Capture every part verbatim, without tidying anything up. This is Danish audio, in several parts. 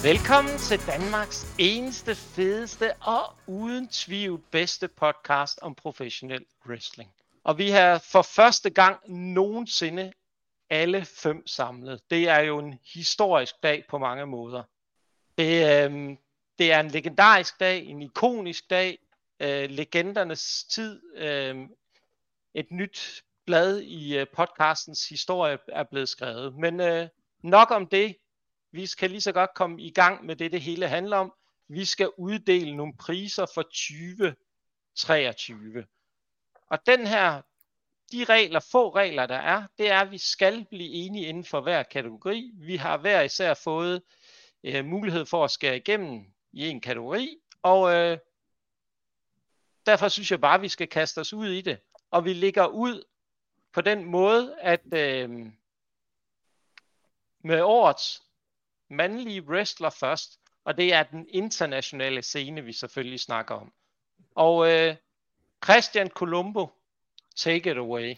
Velkommen til Danmarks eneste, fedeste og uden tvivl bedste podcast om professionel wrestling. Og vi har for første gang nogensinde alle fem samlet. Det er jo en historisk dag på mange måder. Det, øh, det er en legendarisk dag, en ikonisk dag, øh, legendernes tid. Øh, et nyt blad i øh, podcastens historie er blevet skrevet. Men øh, nok om det. Vi skal lige så godt komme i gang med det, det hele handler om. Vi skal uddele nogle priser for tyve treogtyve. Og den her, de regler, få regler der er, det er, at vi skal blive enige inden for hver kategori. Vi har hver især fået øh, mulighed for at skære igennem i en kategori, og øh, derfor synes jeg bare, at vi skal kaste os ud i det. Og vi ligger ud på den måde, at øh, med årets mandlige wrestler først, og det er den internationale scene, vi selvfølgelig snakker om. Og øh, Christian Colombo, take it away.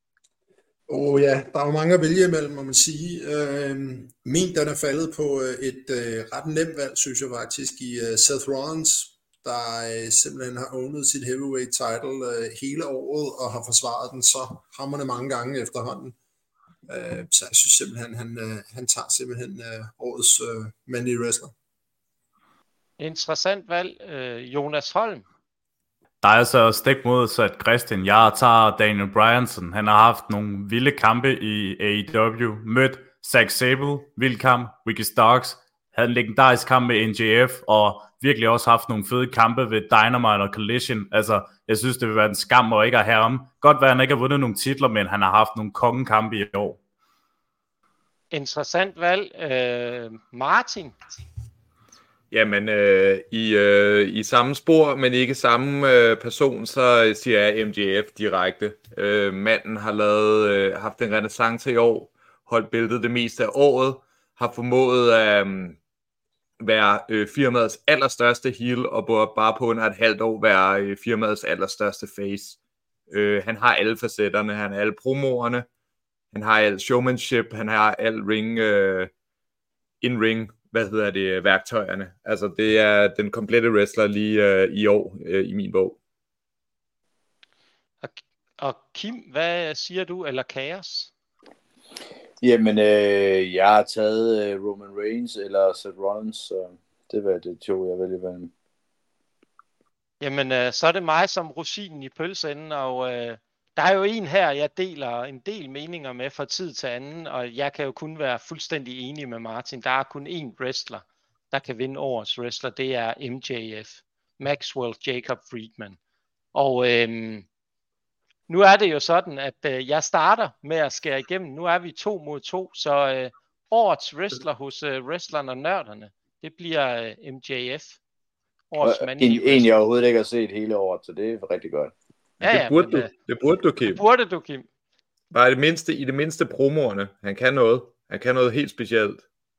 Åh oh, ja, der er jo mange at vælge imellem, må man sige. Øh, min, den er faldet på et øh, ret nemt valg, synes jeg faktisk, i øh, Seth Rollins, der øh, simpelthen har ownet sit heavyweight title øh, hele året, og har forsvaret den så hamrende mange gange efterhånden. Uh, så jeg synes simpelthen, han, uh, han tager simpelthen uh, årets uh, mandlige wrestler. Interessant valg. Uh, Jonas Holm. Der er altså stik modsat Christian. Jeg tager Daniel Bryanson. Han har haft nogle vilde kampe i A E W. Mødt Zack Sabre, vild kamp. Ricky Starks havde en legendarisk kamp med N J F, og virkelig også haft nogle fede kampe ved Dynamite og Collision. Altså, jeg synes, det vil være en skam at ikke have ham. Godt være, han ikke har vundet nogle titler, men han har haft nogle kongekampe i år. Interessant valg. Øh, Martin? Jamen, øh, i, øh, i samme spor, men ikke samme øh, person, så siger jeg M J F direkte. Øh, manden har lavet, øh, haft en renaissance i år, holdt bæltet det meste af året, har formået at øh, være øh, firmaets allerstørste heel, og bare på under et halvt år være øh, firmaets allerstørste face. Øh, han har alle facetterne, han har alle promoerne, han har alt showmanship, han har alt ring, øh, in-ring, hvad hedder det, værktøjerne. Altså det er den komplette wrestler lige øh, i år øh, i min bog. Og, og Kim, hvad siger du, eller Kaos? Jamen, øh, jeg har taget øh, Roman Reigns eller Seth Rollins, så det var det to, jeg vælger mellem. Jamen, øh, så er det mig som rosinen i pølseenden, og øh, der er jo en her, jeg deler en del meninger med fra tid til anden, og jeg kan jo kun være fuldstændig enig med Martin. Der er kun én wrestler, der kan vinde årets wrestler, det er M J F, Maxwell Jacob Friedman. Og øhm, nu er det jo sådan, at øh, jeg starter med at skære igennem. Nu er vi to mod to, så øh, årets wrestler hos øh, wrestlerne og nørderne, det bliver øh, M J F. Årets mandlige wrestler. En, jeg overhovedet ikke har set hele året, så det er rigtig godt. Ja, det, burde men, du, det burde du, Kim. Det burde du, Kim. Bare det mindste, i det mindste promoerne. Han kan noget. Han kan noget helt specielt.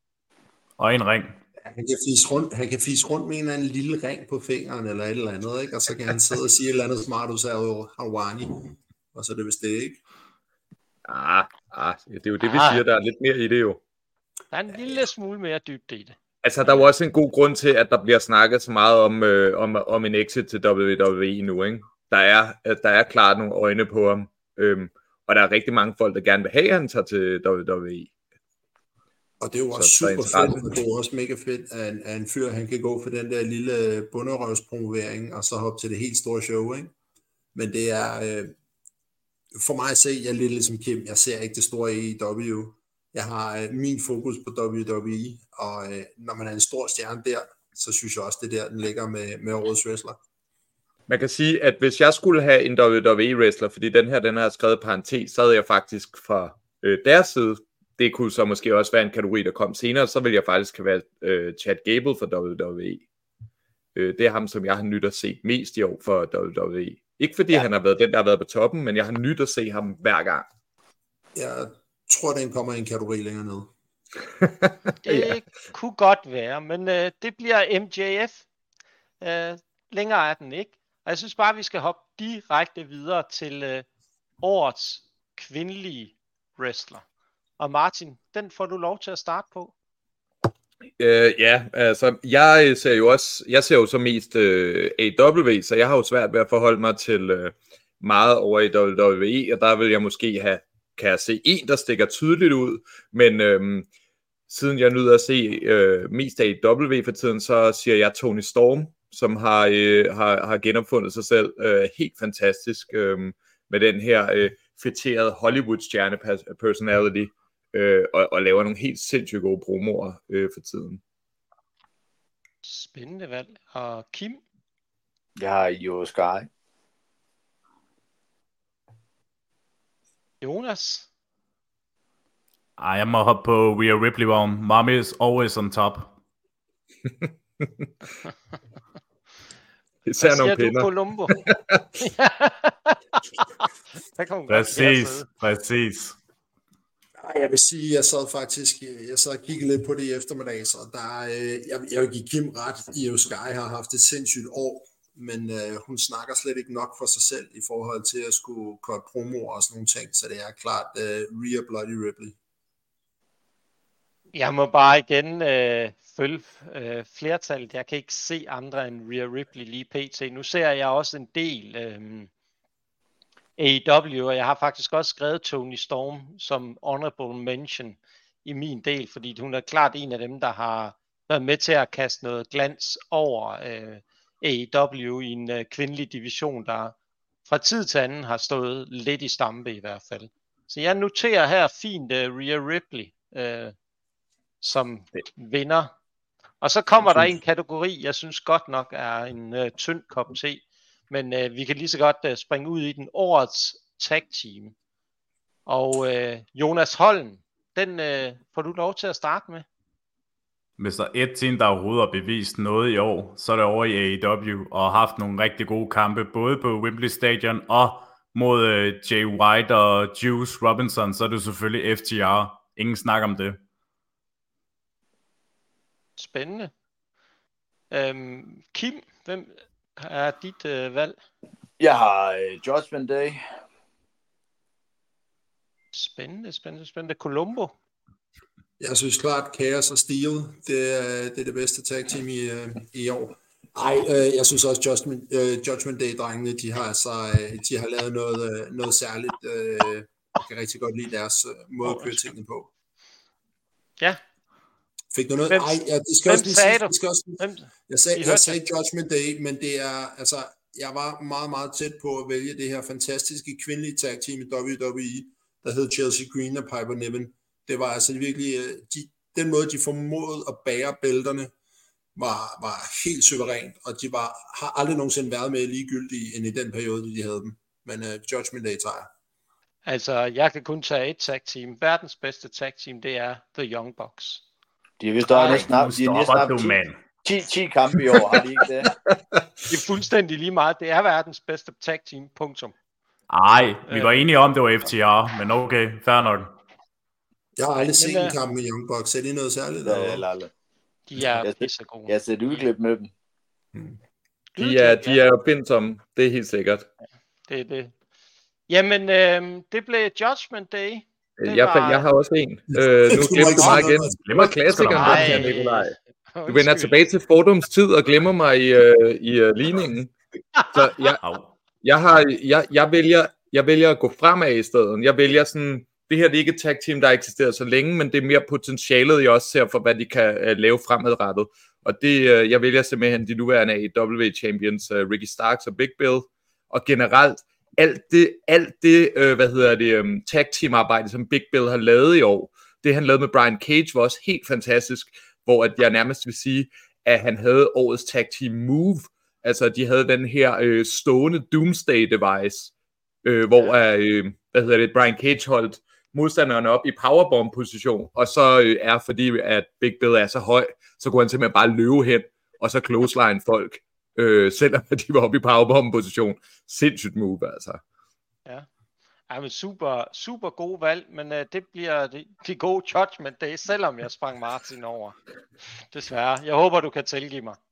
Og en ring. Han kan fise rundt, han kan fise rundt med en eller anden lille ring på fingeren eller et eller andet, ikke? Og så kan han sidde og sige et eller andet smart, du sagde Hawani. Og så er det vist det, ikke? Ah, ah, det er jo det, vi ah. siger. Der er lidt mere i det jo. Der er en lille smule mere dybde i det. Altså, der er jo også en god grund til, at der bliver snakket så meget om, øh, om, om en exit til W W E nu, ikke? Der er, der er klart nogle øjne på ham, øhm, og der er rigtig mange folk, der gerne vil have, at han tager til W W E. Og det er jo også så, super fedt, og det er jo også mega fedt, at en, at en fyr, han kan gå for den der lille bunderøvspromovering, og så hoppe til det helt store show, ikke? Men det er, øh, for mig at se, jeg er lidt ligesom Kim, jeg ser ikke det store i W. Jeg har øh, min fokus på W W E, og øh, når man er en stor stjerne der, så synes jeg også, det der, den ligger med, med årets wrestler. Man kan sige, at hvis jeg skulle have en W W E-wrestler, fordi den her, den har skrevet parentes, så havde jeg faktisk fra øh, deres side, det kunne så måske også være en kategori, der kom senere, så ville jeg faktisk have valgt øh, Chad Gable for W W E. Øh, det er ham, som jeg har nyt at se mest i år for W W E. Ikke fordi ja. han har været den, der har været på toppen, men jeg har nyt at se ham hver gang. Jeg tror, den kommer i en kategori længere ned. Det ja. kunne godt være, men øh, det bliver M J F. Øh, længere er den ikke. Og jeg synes bare, vi skal hoppe direkte videre til øh, årets kvindelige wrestler. Og Martin, den får du lov til at starte på. Øh, ja, altså, jeg ser jo også, jeg ser jo så mest øh, A E W, så jeg har jo svært ved at forholde mig til øh, meget over i W W E, og der vil jeg måske have, kan jeg se en, der stikker tydeligt ud, men øh, siden jeg nyder at se øh, mest af A E W for tiden, så siger jeg Tony Storm, som har, øh, har, har genopfundet sig selv øh, helt fantastisk øh, med den her øh, fætterede Hollywood-stjerne personality, øh, og, og laver nogle helt sindssygt gode promoer øh, for tiden. Spændende valg. Og Kim? Jeg har Io Sky. Jonas? Ej, jeg må hoppe på Rhea Ripley-vogn. Mommy is always on top. Især nogle pinder. Hvad siger du, Columbo? Præcis, præcis. Jeg vil sige, jeg sad faktisk, jeg sad og kiggede lidt på det i eftermiddag, så der, jeg, jeg vil give Kim ret. Io Sky har haft et sindssygt år, men øh, hun snakker slet ikke nok for sig selv i forhold til at skulle køre promoer og sådan nogle ting, så det er klart øh, Rhea Bloody Ripley. Jeg må bare igen øh, følge øh, flertallet. Jeg kan ikke se andre end Rhea Ripley lige pt. Nu ser jeg også en del øh, A E W, og jeg har faktisk også skrevet Tony Storm som honorable mention i min del, fordi hun er klart en af dem, der har været med til at kaste noget glans over øh, A E W i en øh, kvindelig division, der fra tid til anden har stået lidt i stampe i hvert fald. Så jeg noterer her fint øh, Rhea Ripley øh, som vinder. Og så kommer der en kategori, jeg synes godt nok er en øh, tynd kop te, men øh, vi kan lige så godt øh, springe ud i den årets tag team. Og øh, Jonas Holm, den øh, får du lov til at starte med. Hvis der er et team, der overhovedet har bevist noget i år, så er det over i A E W, og har haft nogle rigtig gode kampe, både på Wembley Stadion og mod øh, Jay White og Juice Robinson, så er det selvfølgelig F T R. Ingen snak om det. Spændende. Øhm, Kim, hvem er dit øh, valg? Jeg har øh, Judgment Day. Spændende, spændende, spændende. Columbo? Jeg synes klart, Chaos og Steel, det er det, er det bedste tag team i, øh, i år. Ej, øh, jeg synes også, Judgment, øh, Judgment Day-drengene, de har, altså, øh, de har lavet noget, øh, noget særligt. Øh, jeg kan rigtig godt lide deres øh, måde at køre tingene på. Ja. Fik du noget? Hvem, Ej, ja, det skal hvem også lige sagde sige, du? det skal også, Hvem, jeg sagde, jeg sagde Judgment Day, men det er, altså, jeg var meget, meget tæt på at vælge det her fantastiske kvindelige tag team i W W E, der hed Chelsea Green og Piper Niven. Det var altså virkelig, de, den måde, de formåede at bære bælterne, var, var helt suverænt, og de var, har aldrig nogensinde været mere ligegyldige, end i den periode, de havde dem. Men uh, Judgment Day tager jeg. Altså, jeg kan kun tage et tag team. Verdens bedste tag team, det er The Young Bucks. De er vist der næsten haft, de er næsten haft ti, ti kampe i år, har de ikke det? Det er fuldstændig lige meget. Det er verdens bedste tag team, punktum. Ej, vi var enige om, det var F T R, men okay, fair nok. Jeg har aldrig set en kamp med Young Bucks. Er det noget særligt? Ja, eller aldrig. De er pisse gode. Jeg har set udklip med dem. Hmm. De er, de er jo bindsomme, det er helt sikkert. Ja, det er det. Jamen, øh, det blev Judgment Day. Det jeg, var... jeg har også en. Øh, nu glemmer du mig igen. Glemmer klassikeren, her, Nikolaj. Du vender tilbage til fordums tid og glemmer mig i, øh, i øh, ligningen. Så jeg, jeg, har, jeg, jeg, vælger, jeg vælger at gå fremad i stedet. Jeg vælger sådan, det her det er ikke et tag team, der har eksisteret så længe, men det er mere potentialet, jeg også ser for, hvad de kan øh, lave fremadrettet. Og det, øh, jeg vælger simpelthen de nuværende A E W champions, øh, Ricky Starks og Big Bill, og generelt alt det, alt det øh, hvad hedder det, um, tag team arbejde, som Big Bill har lavet i år, det han lavede med Brian Cage var også helt fantastisk, hvor at jeg nærmest vil sige, at han havde årets tag team move, altså de havde den her øh, stående Doomsday device, øh, hvor øh, hvad hedder det, Brian Cage holdt modstanderne op i powerbomb position, og så øh, er fordi at Big Bill er så høj, så kunne han simpelthen bare løbe hen, og så clothesline folk, øh, selvom de var oppe i powerbomb position. Sindssygt move, altså. Ja. Ja, men super, super god valg, men uh, det bliver de, de gode Judgment Day, selvom jeg sprang Martin over. Desværre. Jeg håber, du kan tilgive mig.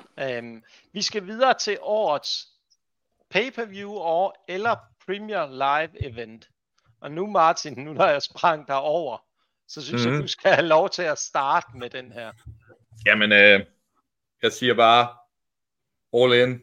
Um, vi skal videre til årets pay-per-view og eller Premier Live event. Og nu Martin, nu når jeg sprang derover, så synes mm-hmm. jeg, du skal have lov til at starte med den her. Jamen, øh, jeg siger bare all in.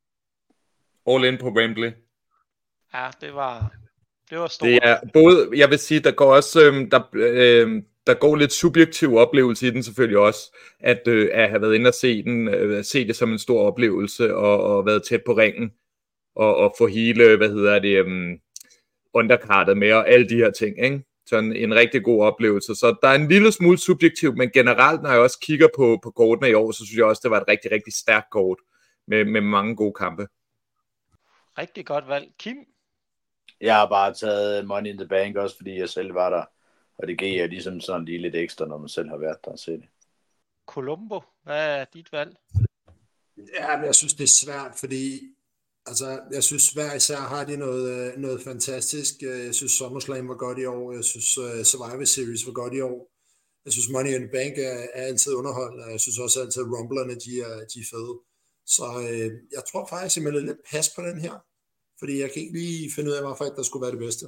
All in på Wembley. Ja, det var, det var stort. Det er både, jeg vil sige, der går også, øh, der, øh, der går lidt subjektiv oplevelse i den selvfølgelig også, at, øh, at have været inde og se den, øh, se det som en stor oplevelse, og, og været tæt på ringen, og, og få hele, hvad hedder det, um, underkartet med, og alle de her ting, ikke? Sådan en rigtig god oplevelse. Så der er en lille smule subjektiv, men generelt, når jeg også kigger på, på kortene i år, så synes jeg også, det var et rigtig, rigtig stærkt kort, med, med mange gode kampe. Rigtig godt valg. Kim? Jeg har bare taget Money in the Bank, også fordi jeg selv var der, og det giver ligesom sådan lige lidt ekstra, når man selv har været der og set det. Colombo, hvad er dit valg? Ja, men jeg synes, det er svært, fordi altså, jeg synes, hver især har de noget, noget fantastisk. Jeg synes, SummerSlam var godt i år. Jeg synes, uh, Survivor Series var godt i år. Jeg synes, Money in the Bank er, er altid underholdende, og jeg synes også altid, at Rumblerne, de er, de er fede. Så uh, jeg tror faktisk, at jeg er lidt pas på den her, fordi jeg kan ikke lige finde ud af, hvorfor der skulle være det bedste.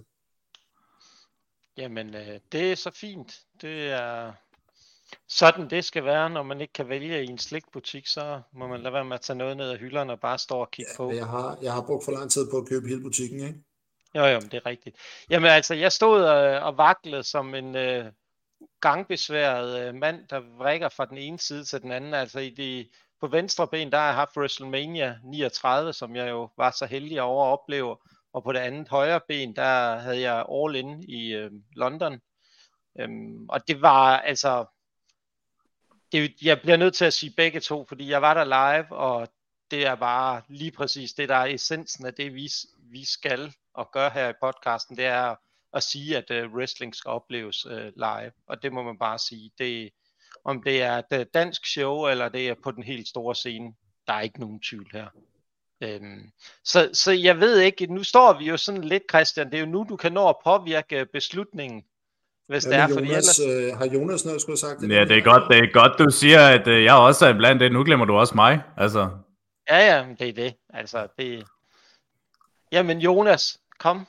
Jamen, øh, det er så fint. Det er sådan, det skal være, når man ikke kan vælge i en slikbutik, så må man lade være med at tage noget ned af hylderne og bare stå og kigge Ja, på. jeg har, jeg har brugt for lang tid på at købe hele butikken, ikke? Jo, jo, det er rigtigt. Jamen altså, jeg stod og, og vaklede som en øh, gangbesværet øh, mand, der vrikker fra den ene side til den anden. Altså i de, på venstre ben, der har jeg haft WrestleMania niogtredive, som jeg jo var så heldig over at opleve. Og på det andet højre ben, der havde jeg All In i øh, London. Øhm, og det var altså, det, jeg bliver nødt til at sige begge to, fordi jeg var der live, og det er bare lige præcis det, der er essensen af det, vi, vi skal og gør her i podcasten, det er at sige, at uh, wrestling skal opleves uh, live, og det må man bare sige. Det, om det er et dansk show, eller det er på den helt store scene, der er ikke nogen tvivl her. Øhm, så, så jeg ved ikke, nu står vi jo sådan lidt, Christian, det er jo nu, du kan nå at påvirke beslutningen, hvis ja, det er, Jonas, fordi ellers... øh, har Jonas noget skulle have sagt det? Ja, det er godt, det er godt, du siger, at øh, jeg også er blandt det. Nu glemmer du også mig, altså. Ja, ja, det er det. Altså, det... Jamen, Jonas, kom.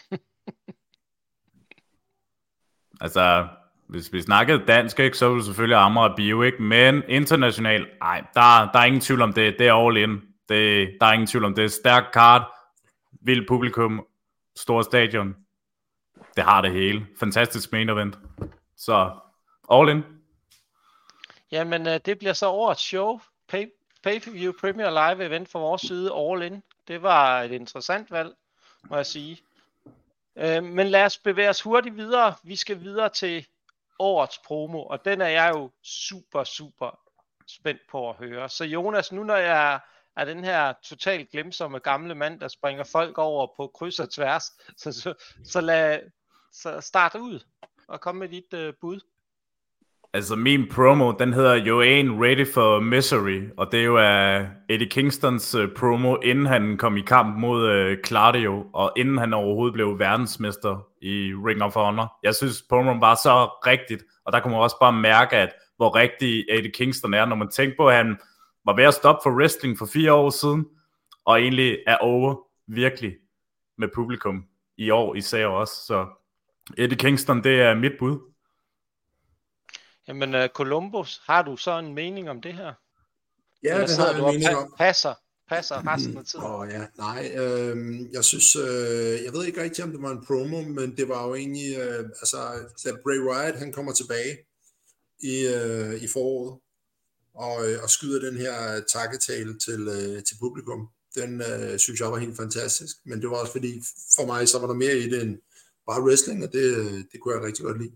Altså, hvis vi snakkede dansk, ikke, så er det selvfølgelig Amager Bio, ikke? Men international, nej, der, der er ingen tvivl om det. Det er all in. Det, der er ingen tvivl om det. Stærk kart, vild publikum, stor stadion. Det har det hele. Fantastisk main event. Så, all in. Jamen, øh, det bliver så årets show. Pay, Pay-per-view Premier Live event fra vores side, all in. Det var et interessant valg, må jeg sige. Øh, men lad os bevæge os hurtigt videre. Vi skal videre til årets promo, og den er jeg jo super, super spændt på at høre. Så Jonas, nu når jeg er den her totalt glemsomme gamle mand, der springer folk over på kryds og tværs, så, så, så lad så starte ud og komme med dit øh, bud. Altså min promo, den hedder You Ain't Ready for Misery, og det er jo uh, Eddie Kingstons uh, promo, inden han kom i kamp mod uh, Claudio, og inden han overhovedet blev verdensmester i Ring of Honor. Jeg synes, promoen var så rigtigt, og der kunne man også bare mærke, at hvor rigtig Eddie Kingston er, når man tænker på, at han var ved at stoppe for wrestling for fire år siden, og egentlig er over virkelig med publikum i år især også. Så Eddie Kingston, det er mit bud. Jamen, uh, Columbus, har du så en mening om det her? Ja, Eller det har jeg en mening pa- om. Passer, passer resten af tiden? Åh oh, ja, nej, øh, jeg synes, øh, jeg ved ikke rigtig, om det var en promo, men det var jo egentlig, øh, altså, da Bray Wyatt, han kommer tilbage i, øh, i foråret, og, øh, og skyder den her takketale til, øh, til publikum. Den øh, synes jeg var helt fantastisk, men det var også fordi, for mig, så var der mere i det end bare wrestling, og det, det kunne jeg rigtig godt lide.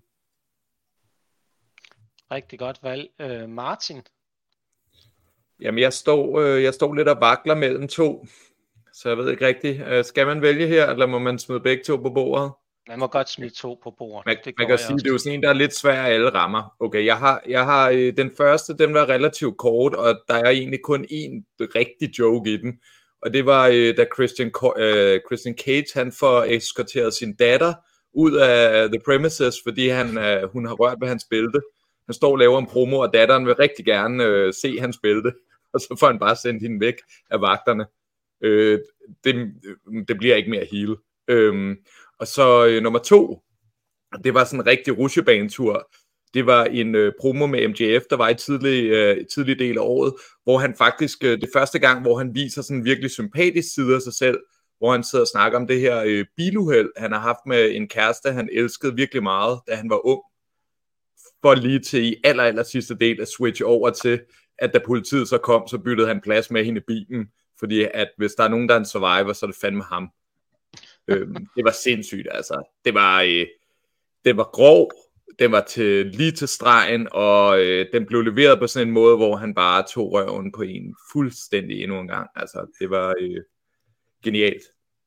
Rigtig godt valg. Øh, Martin? Jamen, jeg står, øh, jeg står lidt og vakler mellem to, så jeg ved ikke rigtigt. Øh, skal man vælge her, eller må man smide begge to på bordet? Man må godt smide to på bordet. Man, det man kan sige, også. Det er jo sådan en, der er lidt svær af alle rammer. Okay, jeg har, jeg har øh, den første, den var relativt kort, og der er egentlig kun én rigtig joke i den. Og det var, øh, da Christian, øh, Christian Cage, han får eskorteret sin datter ud af The Premises, fordi han, øh, hun har rørt ved hans bælte. Han står og laver en promo, og datteren vil rigtig gerne øh, se hans bælte, og så får han bare sendt hende væk af vagterne. Øh, det, det bliver ikke mere heel. Øh, og så øh, nummer to, det var sådan en rigtig rutsjebanetur. det var en øh, promo med M J F, der var i tidlig, øh, tidlig del af året, hvor han faktisk, øh, det første gang, hvor han viser sådan en virkelig sympatisk side af sig selv, hvor han sidder og snakker om det her øh, biluheld, han har haft med en kæreste, han elskede virkelig meget, da han var ung, for lige til i aller, aller sidste del at switch over til, at da politiet så kom, så byttede han plads med hende i bilen, fordi at hvis der er nogen, der er en survivor, så er det fandme ham. øhm, det var sindssygt, altså. Det var, øh, det var grov, den var til, lige til stregen, og øh, den blev leveret på sådan en måde, hvor han bare tog røven på en fuldstændig endnu en gang. Altså, det var øh, genialt.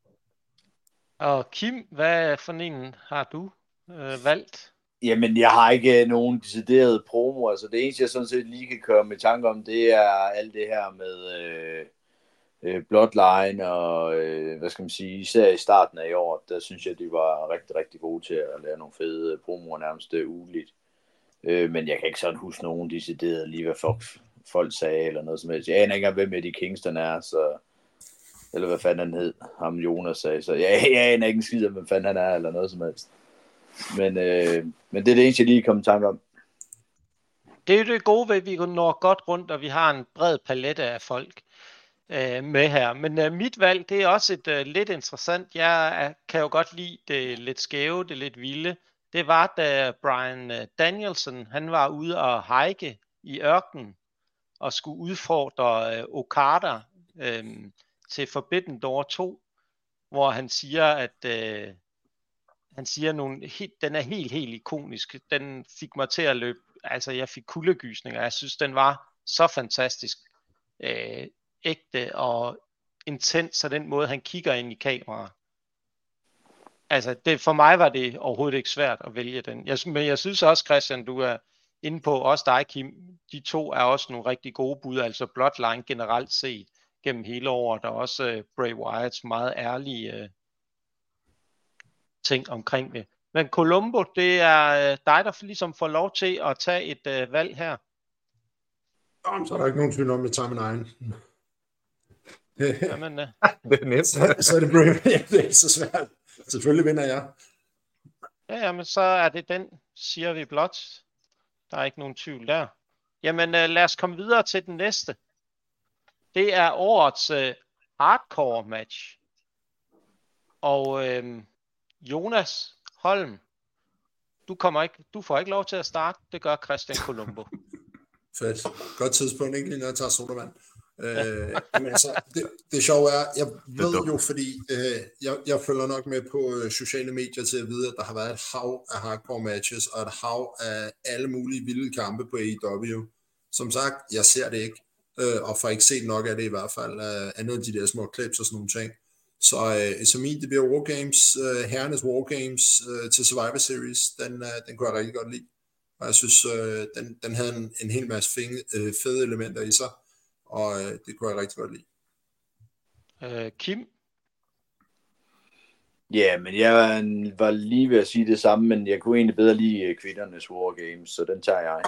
Og Kim, hvad for en har du øh, valgt? Jamen, jeg har ikke nogen deciderede promo. Altså, det eneste, jeg sådan set lige kan komme i tanke om, det er alt det her med øh, øh, Bloodline og, øh, hvad skal man sige, især i starten af i år, der synes jeg, de var rigtig, rigtig gode til at lave nogle fede promoer nærmest ugeligt. Øh, men jeg kan ikke sådan huske nogen deciderede lige, hvad folk, folk sagde eller noget som helst. Jeg aner ikke engang, hvem Eddie Kingston er, så... Eller hvad fanden han hed, ham Jonas sagde. Så jeg, jeg aner ikke en skid om, hvem fanden han er, eller noget som helst. Men, øh, men det er det eneste, jeg lige kom i tanke om. Det er jo det gode ved, at vi når godt rundt, og vi har en bred palette af folk øh, med her. Men øh, mit valg, det er også et øh, lidt interessant. Jeg øh, kan jo godt lide det lidt skæve, det lidt vilde. Det var, da Bryan øh, Danielson, han var ude og hike i ørkenen, og skulle udfordre øh, Okada øh, til Forbidden Door to, hvor han siger, at øh, han siger nogle, helt, den er helt, helt ikonisk. Den fik mig til at løbe, altså jeg fik kuldegysninger. Jeg synes, den var så fantastisk øh, ægte og intens, og den måde, han kigger ind i kameraet. Altså, det, for mig var det overhovedet ikke svært at vælge den. Jeg, men jeg synes også, Christian, du er inde på, også dig, Kim, de to er også nogle rigtig gode bud, altså Bloodline generelt set gennem hele året, og også øh, Bray Wyatts meget ærlige øh, ting omkring det. Men Columbo, det er øh, dig, der ligesom får lov til at tage et øh, valg her. Jamen, så er der ikke nogen tvivl om, at jeg tager min egen. Jamen, øh. Det er nemt. så, så er det Bray. Det er ikke så svært. Selvfølgelig vinder jeg. Ja, jamen, så er det den, siger vi blot. Der er ikke nogen tvivl der. Jamen, øh, lad os komme videre til den næste. Det er årets øh, hardcore match. Og øh, Jonas Holm, du, kommer ikke, du får ikke lov til at starte. Det gør Christian Columbo. Fedt. Godt tidspunkt, ikke lige når jeg tager sodavand. øh, men altså, det, det sjove er, jeg ved jo, fordi øh, jeg, jeg følger nok med på øh, sociale medier til at vide, at der har været et hav af hardcore matches, og et hav af alle mulige vilde kampe på A E W. Som sagt, jeg ser det ikke, øh, og får ikke set nok af det i hvert fald, øh, andet end de der små clips og sådan nogle ting. Så, øh, så min, det bliver Wargames, øh, herrenes Wargames øh, til Survivor Series, den, øh, den kunne jeg rigtig godt lide. Og jeg synes, øh, den, den havde en, en hel masse fede, øh, fede elementer i sig, og øh, det kunne jeg rigtig godt lide. Øh, Kim? Ja, men jeg var lige ved at sige det samme, men jeg kunne egentlig bedre lide kvindernes Wargames, så den tager jeg.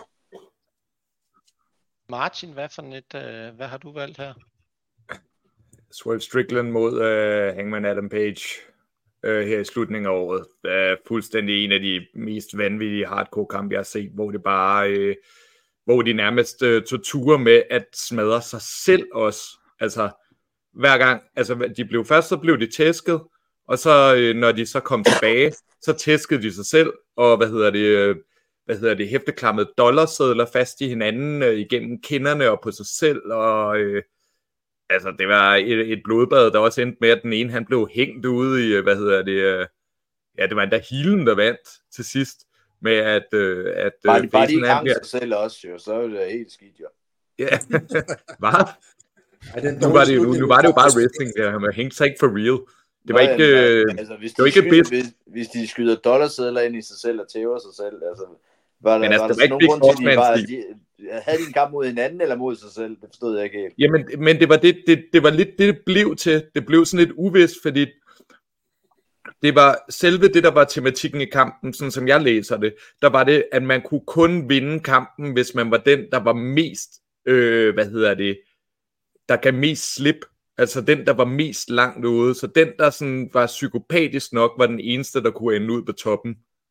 Martin, hvad for et, øh, hvad har du valgt her? Swerve Strickland mod øh, Hangman Adam Page øh, her i slutningen af året. Det er fuldstændig en af de mest vanvittige hardcore kampe, jeg har set, hvor det bare, øh, hvor de nærmest øh, torturer med at smadre sig selv også. Altså, hver gang, altså de blev først, så blev de tæsket, og så øh, når de så kom tilbage, så tæskede de sig selv, og hvad hedder det, øh, hvad hedder det, hæfteklammede dollarsedler fast i hinanden øh, igennem kinderne og på sig selv, og øh, altså, det var et, et blodbad, der også endte med, at den ene, han blev hængt ude i, hvad hedder det, øh, ja, det var endda healen, der vandt til sidst, med at... Øh, at bare de, bare de ikke hang sig selv også, jo, så er det helt skidt, jo. Ja, hvad? Nu var det jo, nu var det jo bare wrestling, ja, man hængte sig ikke for real. Det var Nå, ikke, ja, øh, altså, hvis det var de ikke skyder, bedst. hvis, hvis de skyder dollarsedler ind i sig selv og tæver sig selv, altså, var der, Men altså, var det der var sådan ikke nogen grund til, Big at de bare, Boss-man-stil. de, havde de en kamp mod hinanden eller mod sig selv? Det forstod jeg ikke helt. Jamen, men det var, det, det, det var lidt det, det blev til. Det blev sådan lidt uvist, fordi det var selve det, der var tematikken i kampen, sådan som jeg læser det, der var det, at man kunne kun vinde kampen, hvis man var den, der var mest, øh, hvad hedder det, der gav mest slip. Altså den, der var mest langt ude. Så den, der sådan var psykopatisk nok, var den eneste, der kunne ende ud på toppen.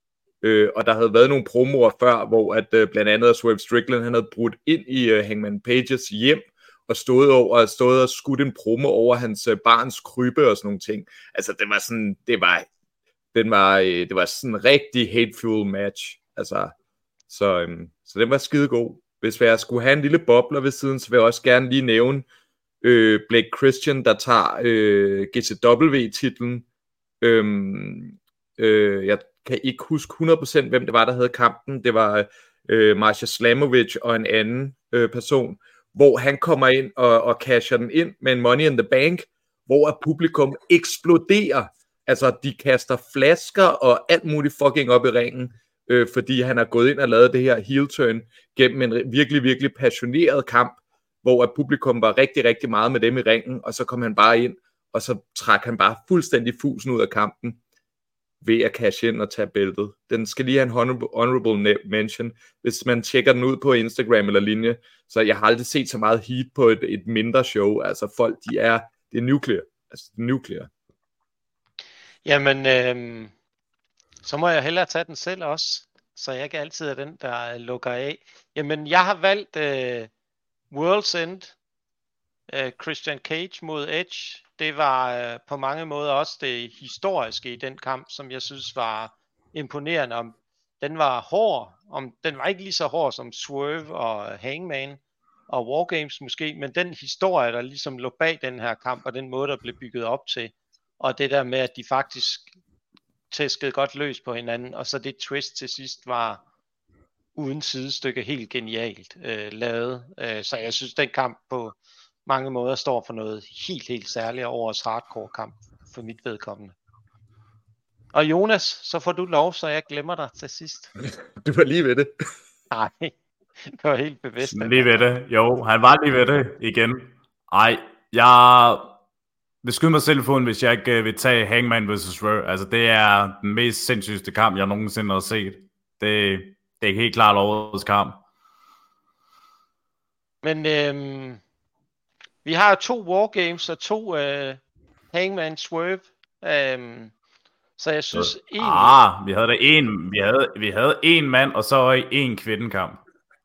Øh, og der havde været nogle promoer før, hvor at, øh, blandt andet Swerve Strickland, han havde brudt ind i øh, Hangman Pages hjem, og stået over, stået og skudt en promo over hans øh, barns krybe og sådan nogle ting. Altså, det var sådan, det var, den var, øh, det var sådan en rigtig hateful match. Altså, så, øh, så den var skide god. Hvis jeg skulle have en lille bobler ved siden, så vil jeg også gerne lige nævne øh, Blake Christian, der tager øh, G C W-titlen. Øhm, øh, jeg kan ikke huske hundrede procent, hvem det var, der havde kampen. Det var øh, Marsha Slamovich og en anden øh, person, hvor han kommer ind og, og casher den ind med en Money in the Bank, hvor publikum eksploderer. Altså, de kaster flasker og alt muligt fucking op i ringen, øh, fordi han har gået ind og lavet det her heel turn gennem en virkelig, virkelig passioneret kamp, hvor at publikum var rigtig, rigtig meget med dem i ringen, og så kom han bare ind, og så trak han bare fuldstændig fusen ud af kampen ved at cash ind og tage bæltet. Den skal lige have en honorable, honorable mention, hvis man tjekker den ud på Instagram eller linje. Så jeg har aldrig set så meget heat på et, et mindre show. Altså folk, de er, det er nuclear. Altså det er nuclear. Jamen, øh, så må jeg hellere tage den selv også, så jeg ikke altid er den, der lukker af. Jamen, jeg har valgt øh, World's End, øh, Christian Cage mod Edge. Det var øh, på mange måder også det historiske i den kamp, som jeg synes var imponerende. Om den var hård, om den var ikke lige så hård som Swerve og Hangman og Wargames måske, men den historie, der ligesom lå bag den her kamp, og den måde, der blev bygget op til, og det der med, at de faktisk tæskede godt løs på hinanden, og så det twist til sidst var uden sidestykke helt genialt øh, lavet. Øh, så jeg synes, den kamp på mange måder står for noget helt, helt særligt over årets hardcore kamp for mit vedkommende. Og Jonas, så får du lov, så jeg glemmer dig til sidst. Du var lige ved det. Nej, det var helt bevidst. Lige ved det. Jo, han var lige ved det igen. Ej, jeg vil skyde mig selv i foden, hvis jeg ikke vil tage Hangman versus Swerve. Altså, det er den mest sindssygste kamp, jeg nogensinde har set. Det, det er helt klart årets kamp. Men øhm, vi har to Wargames og to øh, Hangman Swerve. Øhm, så jeg synes ja. egentlig... Ah, vi havde da en, vi havde, vi havde en mand, og så en kvindekamp.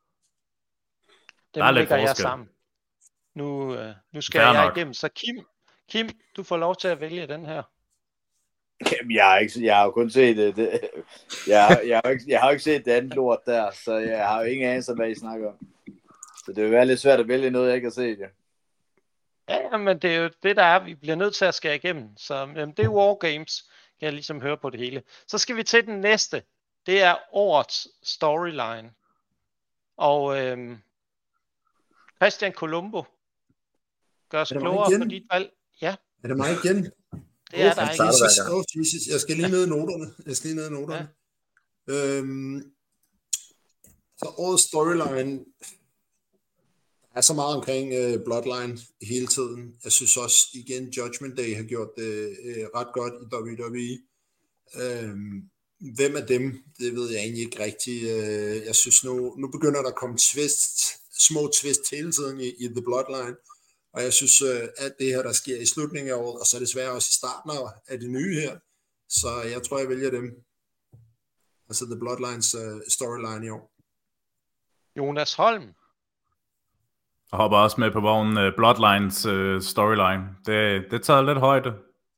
Dem lægger jeg sammen. Nu, øh, nu skal Fair jeg nok. igennem. Så Kim, Kim, du får lov til at vælge den her. Jamen, jeg har, ikke, jeg har jo kun set det. det jeg, jeg, har ikke, jeg har jo ikke set det andet lort der, så jeg har jo ingen anelse, hvad I snakker om. Så det vil være lidt svært at vælge noget, jeg ikke har set. Ja, ja men det er jo det, der er. Vi bliver nødt til at skære igennem. Så jamen, det er Wargames, kan jeg ligesom høre på det hele. Så skal vi til den næste. Det er årets storyline. Og øhm, Christian Colombo, gør os klogere på dit valg. Ja. Er det mig igen? Det er oh, der ikke. Oh, Jesus. Jeg skal lige ned i noterne. Jeg skal lige ned i noterne. Ja. Øhm, så årets storyline er så meget omkring uh, Bloodline hele tiden. Jeg synes også, igen, Judgment Day har gjort det uh, ret godt i W W E. Øhm, hvem af dem, det ved jeg egentlig ikke rigtigt. Uh, jeg synes nu, nu begynder der at komme twist, små twist hele tiden i, i The Bloodline. Og jeg synes, uh, at det her, der sker i slutningen af året, og så desværre også i starten af det nye her, så jeg tror, jeg vælger dem. Altså The Bloodlines uh, storyline i år. Jonas Holm. Jeg hopper også med på vognen uh, Bloodlines uh, storyline. Det, det tager lidt højde.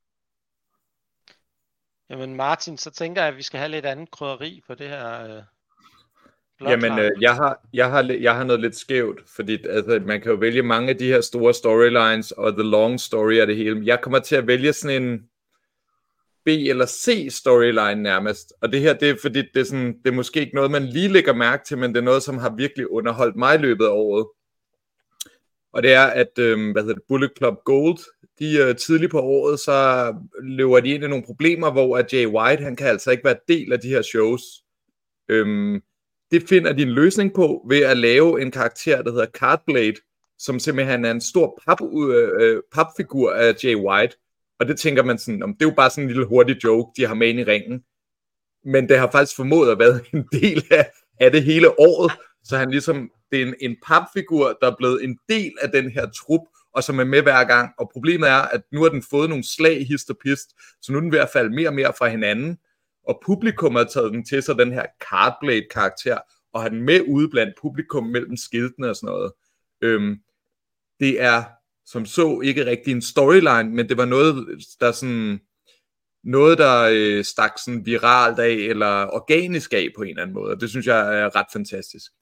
Jamen Martin, så tænker jeg, at vi skal have lidt andet krydderi på det her... Uh... Jamen, øh, jeg, har, jeg, har, jeg har noget lidt skævt, fordi altså, man kan jo vælge mange af de her store storylines, og the long story af det hele. Jeg kommer til at vælge sådan en B eller C storyline nærmest, og det her, det er fordi, det er, sådan, det er måske ikke noget, man lige lægger mærke til, men det er noget, som har virkelig underholdt mig i løbet af året. Og det er, at øh, hvad hedder det, Bullet Club Gold, de øh, tidligt på året, så løber de ind i nogle problemer, hvor at Jay White, han kan altså ikke være del af de her shows. Øhm, Det finder de en løsning på ved at lave en karakter, der hedder Cardblade, som simpelthen er en stor pap, øh, papfigur af Jay White. Og det tænker man sådan, om det er jo bare sådan en lille hurtig joke, de har med ind i ringen. Men det har faktisk formået at være en del af, af det hele året. Så han ligesom, det er en, en papfigur, der er blevet en del af den her trup, og som er med hver gang. Og problemet er, at nu har den fået nogle slag i hist og pist, så nu er den ved at falde mere og mere fra hinanden. og publikum har taget den til sig, den her Cardblade-karakter, og har den med ude blandt publikum mellem skiltene og sådan noget. Øhm, det er som så ikke rigtig en storyline, men det var noget, der sådan, noget, der øh, stak sådan viralt af, eller organisk af på en eller anden måde, og det synes jeg er ret fantastisk.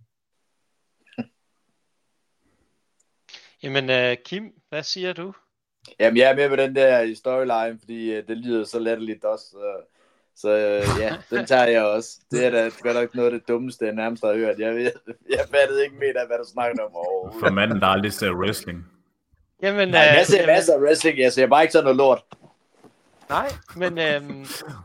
Jamen, uh, Kim, hvad siger du? Jamen, jeg er med på den der storyline, fordi uh, det lyder så latterligt også. Så, så uh, ja, den tager jeg også. Det er da godt nok noget af det dummeste, jeg nærmest har hørt. Jeg, jeg, jeg fattede ikke mere af, hvad du snakker om overhovedet. For manden, der aldrig ser wrestling. Jamen, Nej, jeg ser uh, masser af wrestling. Jeg ser bare ikke sådan noget lort. Nej, men øhm,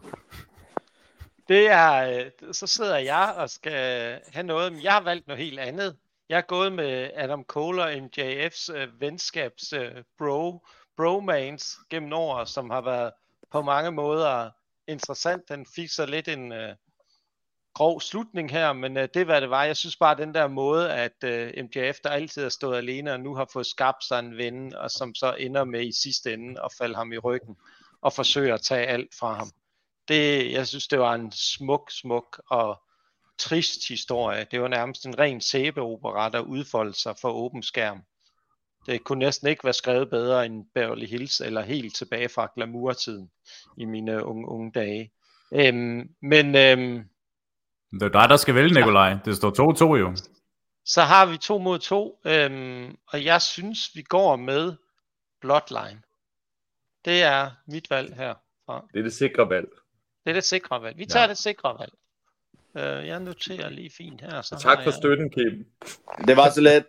det er, så sidder jeg og skal have noget, men jeg har valgt noget helt andet. Jeg er gået med Adam Cole og M J F's øh, venskabs øh, bro, bromance gennem året, som har været på mange måder interessant. Den fik så lidt en øh, grov slutning her, men øh, det er hvad det var. Jeg synes bare den der måde, at øh, M J F, der altid har stået alene og nu har fået skabt sig en ven, og som så ender med i sidste ende at falde ham i ryggen og forsøge at tage alt fra ham. Det, jeg synes, det var en smuk, smuk og trist historie. Det var nærmest en ren sæbeopera, der udfoldede sig for åben skærm. Det kunne næsten ikke være skrevet bedre end Beverly Hills, eller helt tilbage fra glamour-tiden i mine unge, unge dage. Øhm, men... Øhm, det er dig, der skal vælge, Nikolaj. Det står to to jo. Så har vi to mod to, øhm, og jeg synes, vi går med Bloodline. Det er mit valg herfra. Det er det sikre valg. Det er det sikre valg. Vi tager ja. det sikre valg. Uh, jeg noterer lige fint her. Så tak for jeg... støtten, Kim. Det var så let.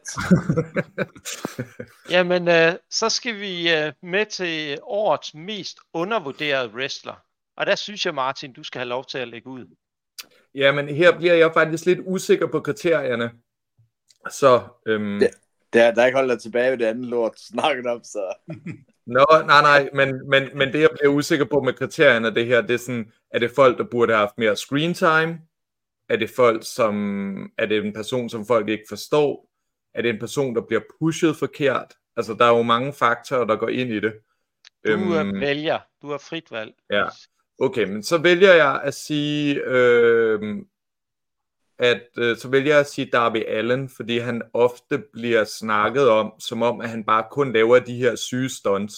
Jamen, uh, så skal vi uh, med til årets mest undervurderede wrestler. Og der synes jeg, Martin, du skal have lov til at lægge ud. Jamen, her bliver jeg faktisk lidt usikker på kriterierne. Så, øhm... det, der, der er ikke holdt dig tilbage ved det andet lort, snakket om, så... Nå, nej, nej, men, men, men det jeg bliver usikker på med kriterierne, det her, det er sådan, er det folk, der burde have haft mere screen time? Er det folk, som, er det en person, som folk ikke forstår? Er det en person, der bliver pushet forkert? Altså, der er jo mange faktorer, der går ind i det. Du øhm, vælger, du har frit valg. Ja, okay, men så vælger jeg at sige, øh, at øh, så vælger jeg at sige Darby Allin, fordi han ofte bliver snakket om, som om, at han bare kun laver de her syge stunts,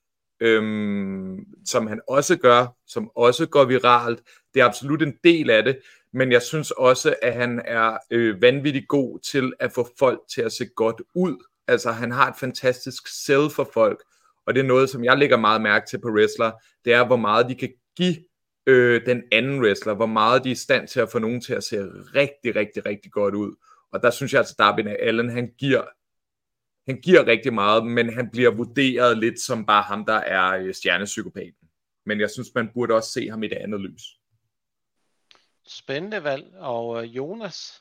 øhm, som han også gør, som også går viralt. Det er absolut en del af det, men jeg synes også, at han er øh, vanvittigt god til at få folk til at se godt ud. Altså, han har et fantastisk sell for folk, og det er noget, som jeg lægger meget mærke til på wrestler, det er, hvor meget de kan give øh, den anden wrestler, hvor meget de er i stand til at få nogen til at se rigtig, rigtig, rigtig godt ud. Og der synes jeg altså, Darby Allin, han giver, han giver rigtig meget, men han bliver vurderet lidt som bare ham, der er øh, stjernepsykopaten. Men jeg synes, man burde også se ham i det andet lys. Spændende valg. Og øh, Jonas?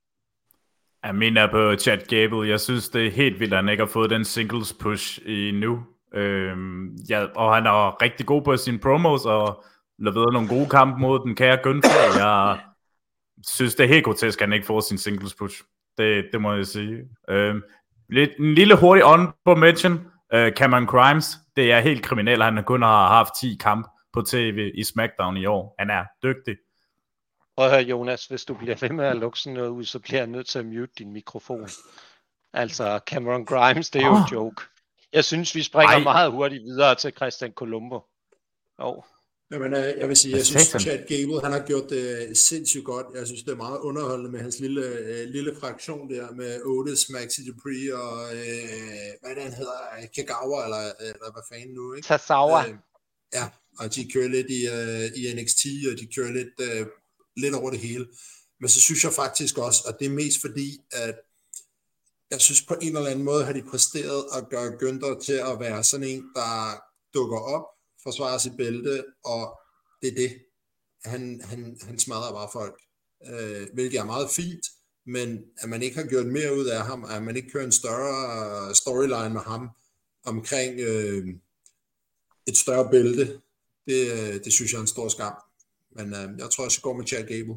Jeg mener på Chad Gable. Jeg synes, det er helt vildt, at han ikke har fået den singles push endnu. Øhm, ja, og han er rigtig god på sine promos, og leverer nogle gode kampe mod den kære Gunther. Jeg synes, det er helt grotesk, at han ikke får sin singles push. Det, det må jeg sige. Øhm, lidt, en lille hurtig honorable mention. Uh, Cameron Grimes, det er helt kriminelt. Han kun har haft ti kampe på tv i SmackDown i år. Han er dygtig. Prøv at høre, Jonas, hvis du bliver ved med at lukke sådan noget ud, så bliver jeg nødt til at mute din mikrofon. Altså, Cameron Grimes, det er jo oh. en joke. Jeg synes, vi springer Ej. meget hurtigt videre til Christian Colombo. Oh. Jamen, jeg vil sige, jeg synes, at Chad Gable, han har gjort det sindssygt godt. Jeg synes, det er meget underholdende med hans lille, øh, lille fraktion der med Otis, Maxi Dupree og, øh, hvad det han hedder, Kagawa, eller, eller hvad fanden nu, ikke? Tasawa. Øh, ja, og de kører lidt i, øh, i N X T, og de kører lidt, øh, lidt over det hele. Men så synes jeg faktisk også, og det er mest fordi, at jeg synes på en eller anden måde, har de præsteret at gøre Gunther til at være sådan en, der dukker op, forsvarer sit bælte, og det er det. Han, han, han smadrer bare folk. Øh, hvilket er meget fint, men at man ikke har gjort mere ud af ham, at man ikke kører en større storyline med ham omkring øh, et større bælte, det, det synes jeg er en stor skam. Men øh, jeg tror, jeg skal gå med Chad Gable.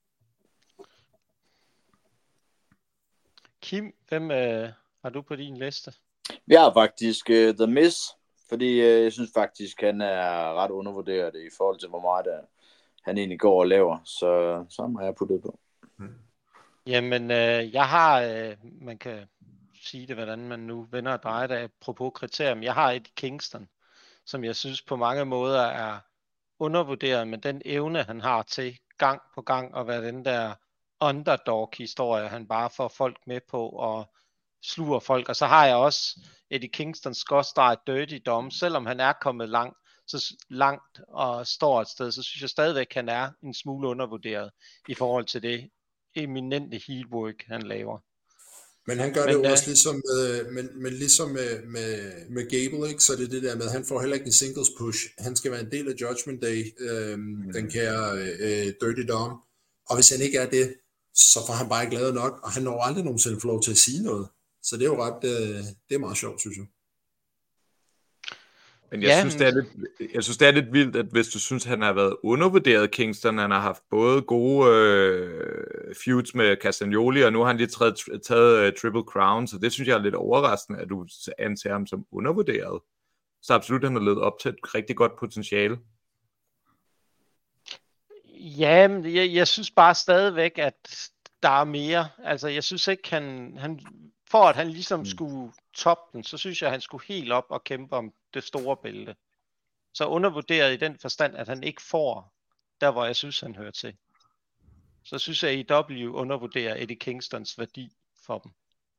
Kim, hvem øh, har du på din liste? Vi har faktisk uh, The Miz, fordi uh, jeg synes faktisk, han er ret undervurderet i forhold til, hvor meget der, han egentlig går og laver. Så så har jeg puttet på. Mm. Jamen, øh, jeg har, øh, man kan sige det, hvordan man nu vender og drejer det, apropos kriterium. Jeg har et Kingston, som jeg synes på mange måder er undervurderet, men den evne, han har til gang på gang at være den der underdog-historie, han bare får folk med på og sluger folk. Og så har jeg også Eddie Kingston skråstreg Dirty Dom, selvom han er kommet langt, så langt og står et sted, så synes jeg stadigvæk, han er en smule undervurderet i forhold til det eminente heatwork, han laver. Men han gør men, det jo også ligesom med, men, men ligesom med, med, med Gable, ikke? Så det er det der med, at han får heller ikke en singles push. Han skal være en del af Judgment Day, øhm, mm. den kære øh, Dirty Dom. Og hvis han ikke er det, så får han bare ikke lavet nok, og han når aldrig nogensinde få lov til at sige noget. Så det er jo ret, øh, det er meget sjovt, synes jeg. Men jeg, ja, synes, det er lidt, jeg synes, det er lidt vildt, at hvis du synes, han har været undervurderet, Kingston, han har haft både gode øh, feuds med Castagnoli, og nu har han lige taget, taget uh, Triple Crown, så det synes jeg er lidt overraskende, at du anser ham som undervurderet. Så absolut, han har levet op til et rigtig godt potentiale. Ja, men jeg, jeg synes bare stadigvæk, at der er mere. Altså, jeg synes ikke, han, han for at han ligesom mm. skulle toppe den, så synes jeg, at han skulle helt op og kæmpe om det store bælte. Så undervurderet i den forstand, at han ikke får der, hvor jeg synes, han hører til. Så synes jeg, at A E W undervurderer Eddie Kingstons værdi for dem.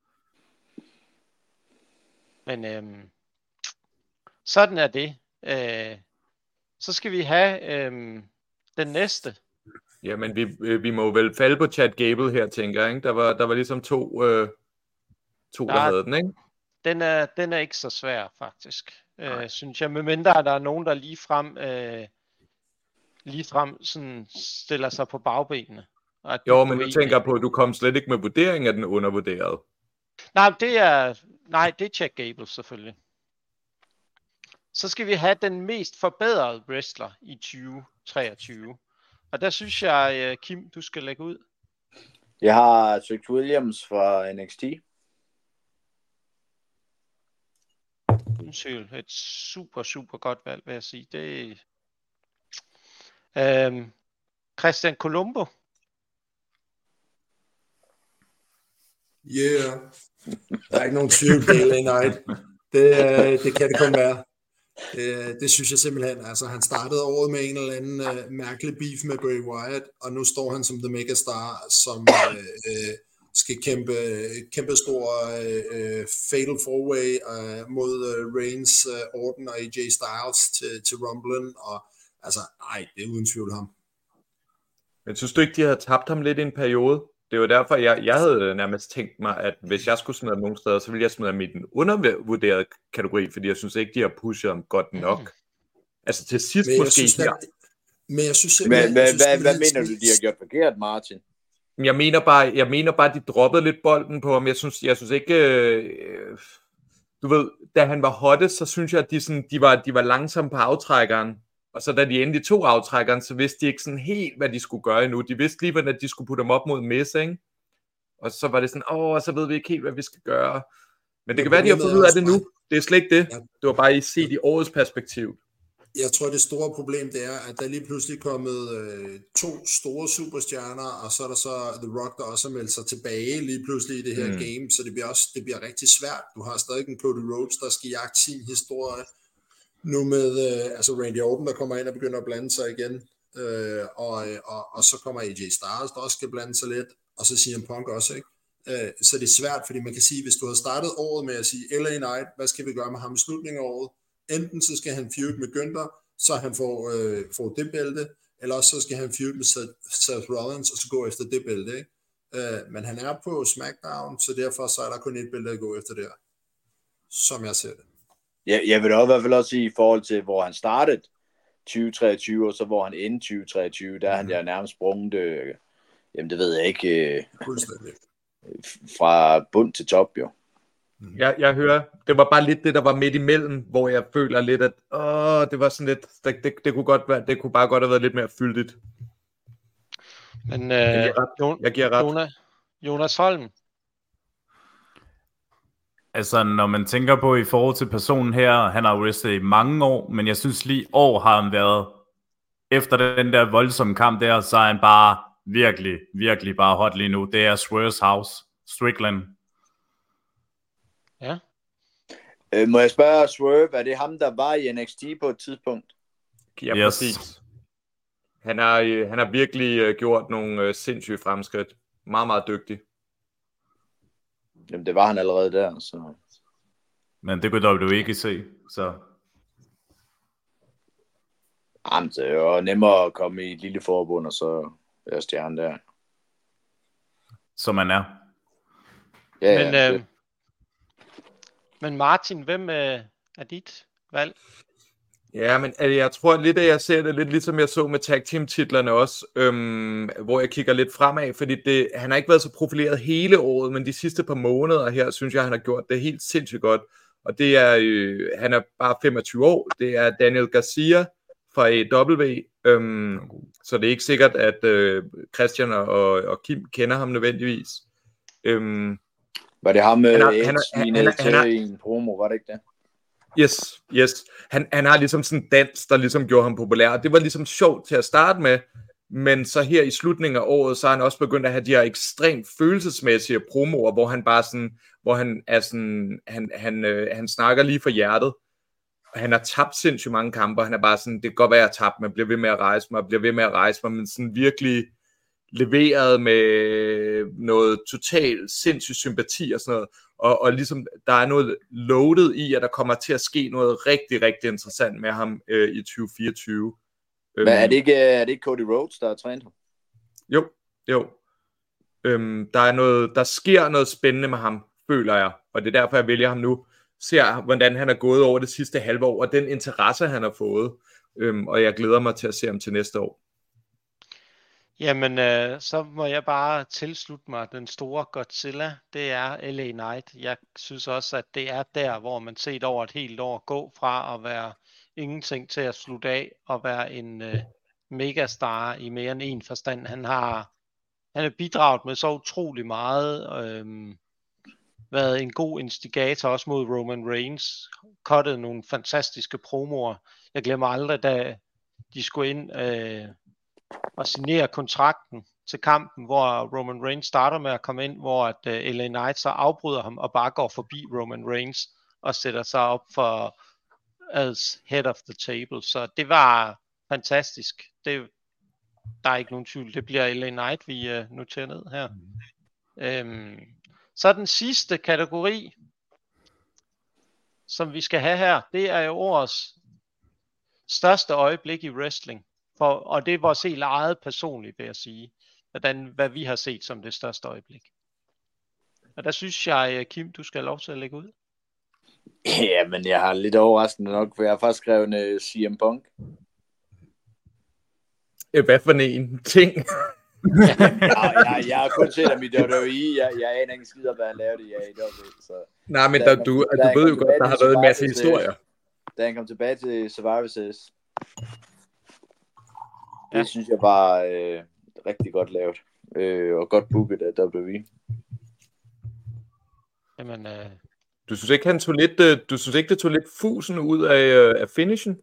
Men øhm, sådan er det. Øh, så skal vi have øhm, den næste. Jamen, vi, vi må vel falde på Chad Gable her, tænker jeg. Ikke? Der, var, der var ligesom to, øh, to der, der havde den, ikke? Den er, den er ikke så svær, faktisk. Øh, synes jeg, medmindre der er nogen, der ligefrem, øh, ligefrem sådan stiller sig på bagbenene. Jo, men du tænker på, at du kom slet ikke med vurdering af den undervurderet. Nej, det er, nej, det er Chad Gable selvfølgelig. Så skal vi have den mest forbedrede wrestler i tyve treogtyve. Og der synes jeg, Kim, du skal lægge ud. Jeg har Trick Williams fra N X T. Undskyld, et super, super godt valg, vil jeg sige. Det er øhm, Christian Colombo. Yeah. Der er ikke nogen tvivl, det er Night. Det, det kan det kun være. Det, det synes jeg simpelthen. Altså, han startede året med en eller anden uh, mærkelig beef med Bray Wyatt, og nu står han som the megastar, som uh, uh, skal kæmpe, kæmpe stor uh, fatal four-way uh, mod uh, Reigns, uh, Orton og A J Styles til, til Rumblen, og altså, nej, det er uden tvivl ham. Men synes du ikke, de havde tabt ham lidt i en periode? Det var derfor, jeg, jeg havde nærmest tænkt mig, at hvis jeg skulle smide ham nogle steder, så ville jeg smide ham i den undervurderede kategori, fordi jeg synes ikke, de har pushet ham godt nok. Mm. Altså til sidst men måske synes, her. at, men jeg synes simpelthen... Men, hvad, hvad, hvad mener du, de har gjort forkert, Martin? Jeg mener bare, jeg mener bare, de droppede lidt bolden på ham. Jeg synes, jeg synes ikke... Øh, du ved, da han var hottest, så synes jeg, at de, sådan, de, var, de var langsomme på aftrækkeren. Og så da de endelig tog aftrækkeren, så vidste de ikke sådan helt, hvad de skulle gøre endnu. De vidste lige, hvordan de skulle putte dem op mod Miz, ikke? Og så var det sådan, åh, så ved vi ikke helt, hvad vi skal gøre. Men det kan være, de har fundet ud af det nu. Det er slet ikke det. Det var bare i set i årets perspektiv. Jeg tror, det store problem, det er, at der lige pludselig er kommet øh, to store superstjerner, og så er der så The Rock, der også har meldt sig tilbage lige pludselig i det her mm. game, så det bliver også det bliver rigtig svært. Du har stadig en Cody Rhodes, der skal jagte sin historie. Nu med øh, altså Randy Orton, der kommer ind og begynder at blande sig igen, øh, og, og, og så kommer A J Styles, der også skal blande sig lidt, og så C M Punk også, ikke? Øh, så det er svært, fordi man kan sige, hvis du har startet året med at sige L A Knight, hvad skal vi gøre med ham i slutningen af året? Enten så skal han feud med Gunther, så han får, øh, får det bælte, eller også så skal han feud med Seth Rollins, og så gå efter det bælte, ikke? Øh, men han er på SmackDown, så derfor så er der kun et bælte at gå efter der, som jeg ser det. Ja, jeg vil da i hvert fald også sige, i forhold til, hvor han startede tyve treogtyve, og så hvor han endte tyve treogtyve, der er han mm. der nærmest sprunget, øh, jamen det ved jeg ikke, øh, fra bund til top, jo. Mm. Jeg, jeg hører, det var bare lidt det, der var midt imellem, hvor jeg føler lidt, at åh, det var sådan lidt, det, det, det kunne godt være, det kunne bare godt have været lidt mere fyldigt. Men øh, jeg, giver ret. jeg giver ret. Jonas, Jonas Holm. Altså, når man tænker på i forhold til personen her, han har wrestlet i mange år, men jeg synes lige år har han været efter den der voldsomme kamp der, så er han bare virkelig, virkelig bare hot lige nu. Det er Swerve's house, Strickland. Ja. Øh, må jeg spørge Swerve, er det ham, der var i N X T på et tidspunkt? Ja, Yes. præcis. Han har, øh, han har virkelig øh, gjort nogle øh, sindssyge fremskridt. Meget, meget dygtig. Jamen, det var han allerede der, så... Men det kunne du ikke se, så... Jamen, det er jo nemmere at komme i et lille forbund, og så være stjerne der. Som man er. Ja, Men, ja, øh, men Martin, hvem øh, er dit valg? Ja, men altså, jeg tror lidt, at jeg ser det lidt ligesom jeg så med tag team titlerne også, øhm, hvor jeg kigger lidt fremad, fordi det, han har ikke været så profileret hele året, men de sidste par måneder her, synes jeg, han har gjort det helt sindssygt godt. Og det er, øh, han er bare femogtyve år, det er Daniel Garcia fra A E W, øhm, så det er ikke sikkert, at øh, Christian og, og Kim kender ham nødvendigvis. Øhm, var det ham med han har- Edge, han har- han- han, han- han har- i en promo, var det ikke det? Yes, yes. Han, han har ligesom sådan en dans, der ligesom gjorde ham populær, og det var ligesom sjovt til at starte med, men så her i slutningen af året, så har han også begyndt at have de her ekstremt følelsesmæssige promoer, hvor han bare sådan, hvor han er sådan, han, han, øh, han snakker lige for hjertet, og han har tabt sindssygt mange kampe, og han er bare sådan, det kan godt være, at jeg har tabt, men bliver ved med at rejse mig, bliver ved med at rejse mig, men sådan virkelig leveret med noget totalt sindssygt sympati og sådan noget, og, og ligesom der er noget loaded i, at der kommer til at ske noget rigtig, rigtig interessant med ham øh, i tyve fireogtyve. Men er det ikke, er det ikke Cody Rhodes, der har trænet ham? Jo, jo. Øhm, der er noget, der sker noget spændende med ham, føler jeg, og det er derfor, jeg vælger ham nu. Ser, hvordan han er gået over det sidste halve år, og den interesse, han har fået, øhm, og jeg glæder mig til at se ham til næste år. Jamen, øh, så må jeg bare tilslutte mig den store Godzilla. Det er L A Knight. Jeg synes også, at det er der, hvor man set over et helt år gå fra at være ingenting til at slutte af og være en øh, megastar i mere end en forstand. Han har, han har bidraget med så utrolig meget. Øh, været en god instigator også mod Roman Reigns. Cuttet nogle fantastiske promoer. Jeg glemmer aldrig, da de skulle ind... Øh, og signere kontrakten til kampen, hvor Roman Reigns starter med at komme ind, hvor at uh, L A Knight så afbryder ham og bare går forbi Roman Reigns og sætter sig op for as head of the table. Så det var fantastisk. Det, der er ikke nogen tvivl. Det bliver L A Knight, vi uh, noterer ned her. Mm. Øhm, så den sidste kategori, som vi skal have her, det er jo årets største øjeblik i wrestling. For, og det er vores helt eget personligt, vil jeg sige. Hvordan, hvad vi har set som det største øjeblik. Og der synes jeg, Kim, du skal have lov til at lægge ud. Ja, men jeg har lidt overraskende nok, for jeg har faktisk skrevet uh, C M Punk. Hvad for en ting? ja, jeg, jeg har kun set ham i W W E. Jeg, jeg aner ikke skider, hvad han lavede i A E W. Så. Nej, men der, du, da du ved jo godt, der har været en masse historier. Da han kom tilbage til Survivor Series. Det Ja. synes jeg var øh, rigtig godt lavet. Øh, og godt booket af W W E. Jamen, øh... Du synes ikke, han tog lidt, øh, du synes ikke, det tog lidt fusen ud af, øh, af finishen?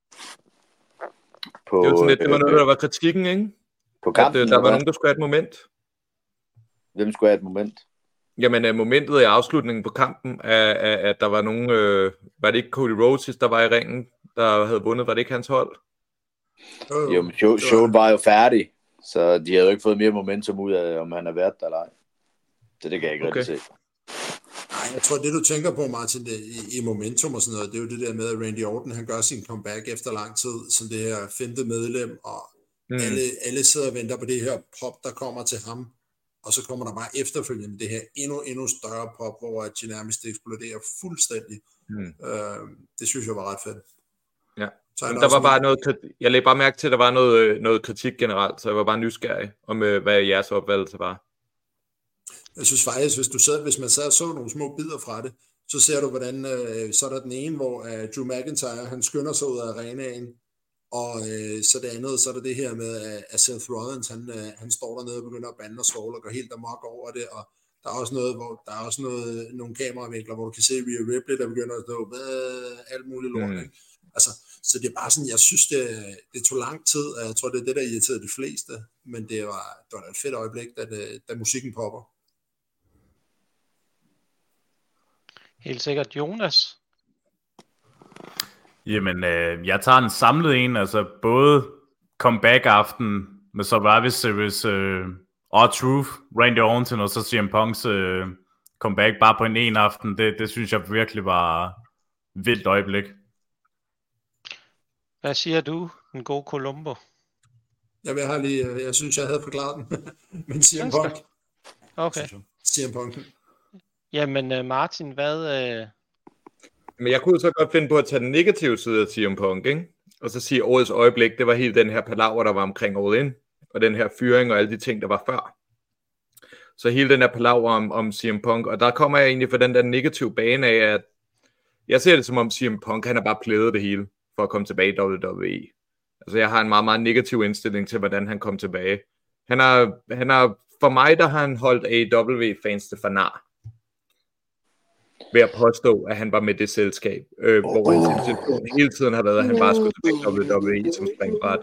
På, Det var sådan lidt, det var noget, øh, der var kritikken, ikke? På At, kampen, øh, der var nogen, der skulle have et moment. Hvem skulle have et moment? Jamen, øh, momentet i afslutningen på kampen, at, at, at der var nogen, øh, var det ikke Cody Rhodes, der var i ringen, der havde vundet, var det ikke hans hold? Øh, Jo, men show, showet var jo færdig, så de havde jo ikke fået mere momentum ud af, om han har været der eller ej. Så det kan jeg ikke Okay. rigtig se. Nej, jeg tror, det du tænker på, Martin, det, i, i momentum og sådan noget, det er jo det der med, at Randy Orton, han gør sin comeback efter lang tid, som det her femte medlem, og Mm. alle, alle sidder og venter på det her pop, der kommer til ham, og så kommer der bare efterfølgende det her endnu, endnu større pop, hvor de nærmest eksploderer fuldstændig. Mm. Øh, det synes jeg var ret fedt. Ja. Så er Men der der var også bare noget, krit- jeg lagde bare mærke til, at der var noget, noget kritik generelt, så jeg var bare nysgerrig om, øh, hvad jeres opfattelse var. Jeg synes faktisk, hvis, du sad, hvis man sad og så nogle små bidder fra det, så ser du, hvordan øh, så er der den ene, hvor øh, Drew McIntyre, han skynder sig ud af arenaen, og øh, så det andet, så er der det her med, at, at Seth Rollins, han, øh, han står dernede og begynder at bande og svole og går helt amok over det, og der er også noget, hvor der er også noget, nogle kameravinkler, hvor du kan se Rhea Ripley, der begynder at stå, alt muligt lort, Mm. ikke? Altså, Så det er bare sådan, jeg synes, det, det tog lang tid, og jeg tror, det er det, der irriterede de fleste, men det var, det var et fedt øjeblik, da, det, da musikken popper. Helt sikkert. Jonas? Jamen, øh, jeg tager en samlet en, altså både comeback-aften med Survivor Series øh, og Truth, Randy Orton og så C M Punks øh, comeback bare på en en aften, det, det synes jeg virkelig var et vildt øjeblik. Hvad siger du, den gode Columbo? Jeg, vil have lige, jeg synes, jeg havde forklaret den, men C M Punk. Okay. C M Punk. Jamen Martin, hvad... Øh... Men jeg kunne så godt finde på at tage den negative side af C M Punk, ikke? Og så sige, årets øjeblik, det var helt den her palaver, der var omkring All In, og den her fyring og alle de ting, der var før. Så hele den her palaver om, om C M Punk, og der kommer jeg egentlig for den der negative bane af, at jeg ser det som om C M Punk, han har bare plædet det hele, for at komme tilbage i W W E. Altså jeg har en meget, meget negativ indstilling til, hvordan han kom tilbage. Han har, han har, for mig, der har han holdt A E W-fans til for nar. Ved at påstå, at han var med det selskab, øh, hvor hans intention hele tiden har været, at han bare skulle tilbage i W W E som springbræt.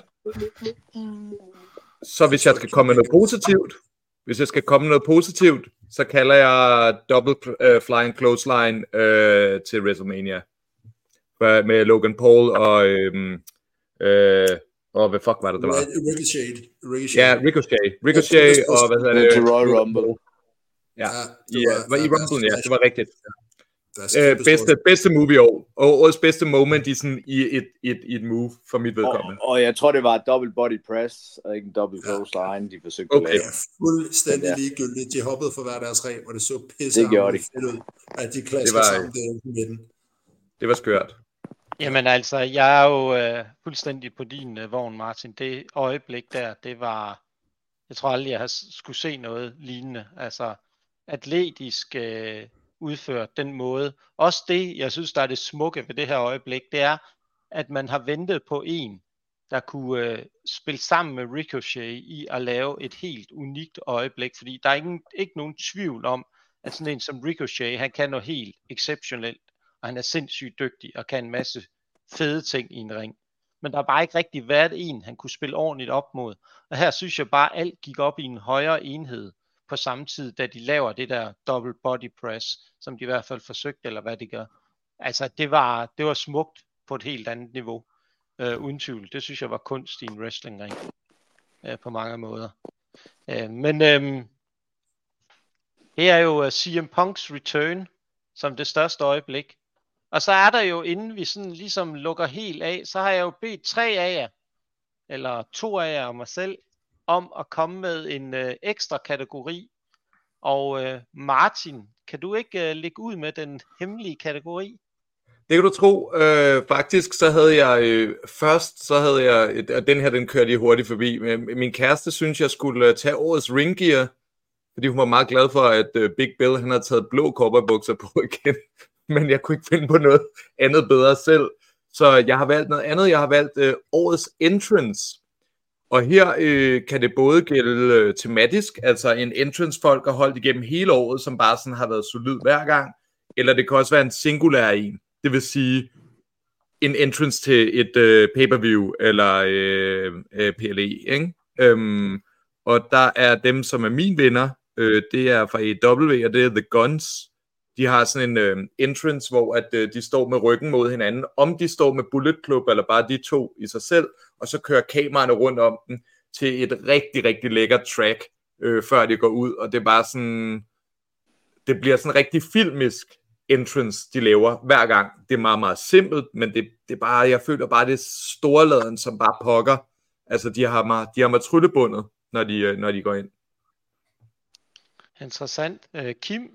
Så hvis jeg skal komme med noget positivt, hvis jeg skal komme med noget positivt, så kalder jeg double uh, flying clothesline uh, til WrestleMania. Med Logan Paul og... Øhm, øh, og hvad fuck var det, der var? Ricochet. Ricochet. Ja, Ricochet. Ricochet og hvad hedder det? Til Royal Rumble. Ja, ja, ja var, i Rumble, ja, det var rigtigt. Øh, bedste, bedste movie i år. Og årets bedste moment i, sådan, i et, et, et move for mit vedkommende. Og, og jeg tror, det var et double body press, og ikke en double clothesline, de forsøgte okay. at lave. Ja, fuldstændig ligegyldigt. De hoppede for hver deres reb, og det så pisse det gjorde de. ud, at de klasker sammen der i midten. Det var skørt. Jamen altså, jeg er jo øh, fuldstændig på din øh, vogn, Martin. Det øjeblik der, det var... Jeg tror aldrig, jeg har skulle se noget lignende. Altså, atletisk... Øh, udført den måde. Også det, jeg synes, der er det smukke ved det her øjeblik, det er, at man har ventet på en, der kunne øh, spille sammen med Ricochet i at lave et helt unikt øjeblik, fordi der er ingen, ikke nogen tvivl om, at sådan en som Ricochet, han kan noget helt exceptionelt, og han er sindssygt dygtig, og kan en masse fede ting i en ring. Men der har bare ikke rigtig været en, han kunne spille ordentligt op mod. Og her synes jeg bare, at alt gik op i en højere enhed, på samme tid, da de laver det der double body press, som de i hvert fald forsøgte, eller hvad de gør. Altså, det var, det var smukt på et helt andet niveau, øh, uden tvivl. Det synes jeg var kunst i en wrestlingring, øh, på mange måder. Øh, men øh, her er jo uh, C M Punks return, som det største øjeblik. Og så er der jo, inden vi sådan ligesom lukker helt af, så har jeg jo bedt tre af jer, eller to af jer og mig selv, om at komme med en øh, ekstra kategori. Og øh, Martin, kan du ikke øh, lægge ud med den hemmelige kategori? Det kan du tro. Øh, faktisk så havde jeg øh, først, så havde jeg, og den her den kørte jeg hurtigt forbi, min kæreste synes jeg skulle tage årets ringgear, fordi hun var meget glad for, at øh, Big Bill han havde taget blå cowboybukser på igen, men jeg kunne ikke finde på noget andet bedre selv. Så jeg har valgt noget andet. Jeg har valgt øh, årets entrance. Og her øh, kan det både gælde øh, tematisk, altså en entrance folk har holdt igennem hele året, som bare sådan har været solid hver gang, eller det kan også være en singulær en, det vil sige en entrance til et øh, pay-per-view eller øh, øh, P L E, ikke? Øhm, og der er dem, som er min vinder, øh, det er fra A E W, og det er The Guns. De har sådan en øh, entrance, hvor at, øh, de står med ryggen mod hinanden. Om de står med Bullet Club, eller bare de to i sig selv, og så kører kameraerne rundt om den til et rigtig, rigtig lækkert track, øh, før de går ud. Og det er bare sådan... Det bliver sådan en rigtig filmisk entrance, de laver hver gang. Det er meget, meget simpelt, men det, det er bare... Jeg føler bare, det er storladen, som bare pokker. Altså, de har mig, de har mig tryllebundet, når de, når de går ind. Interessant. Øh, Kim?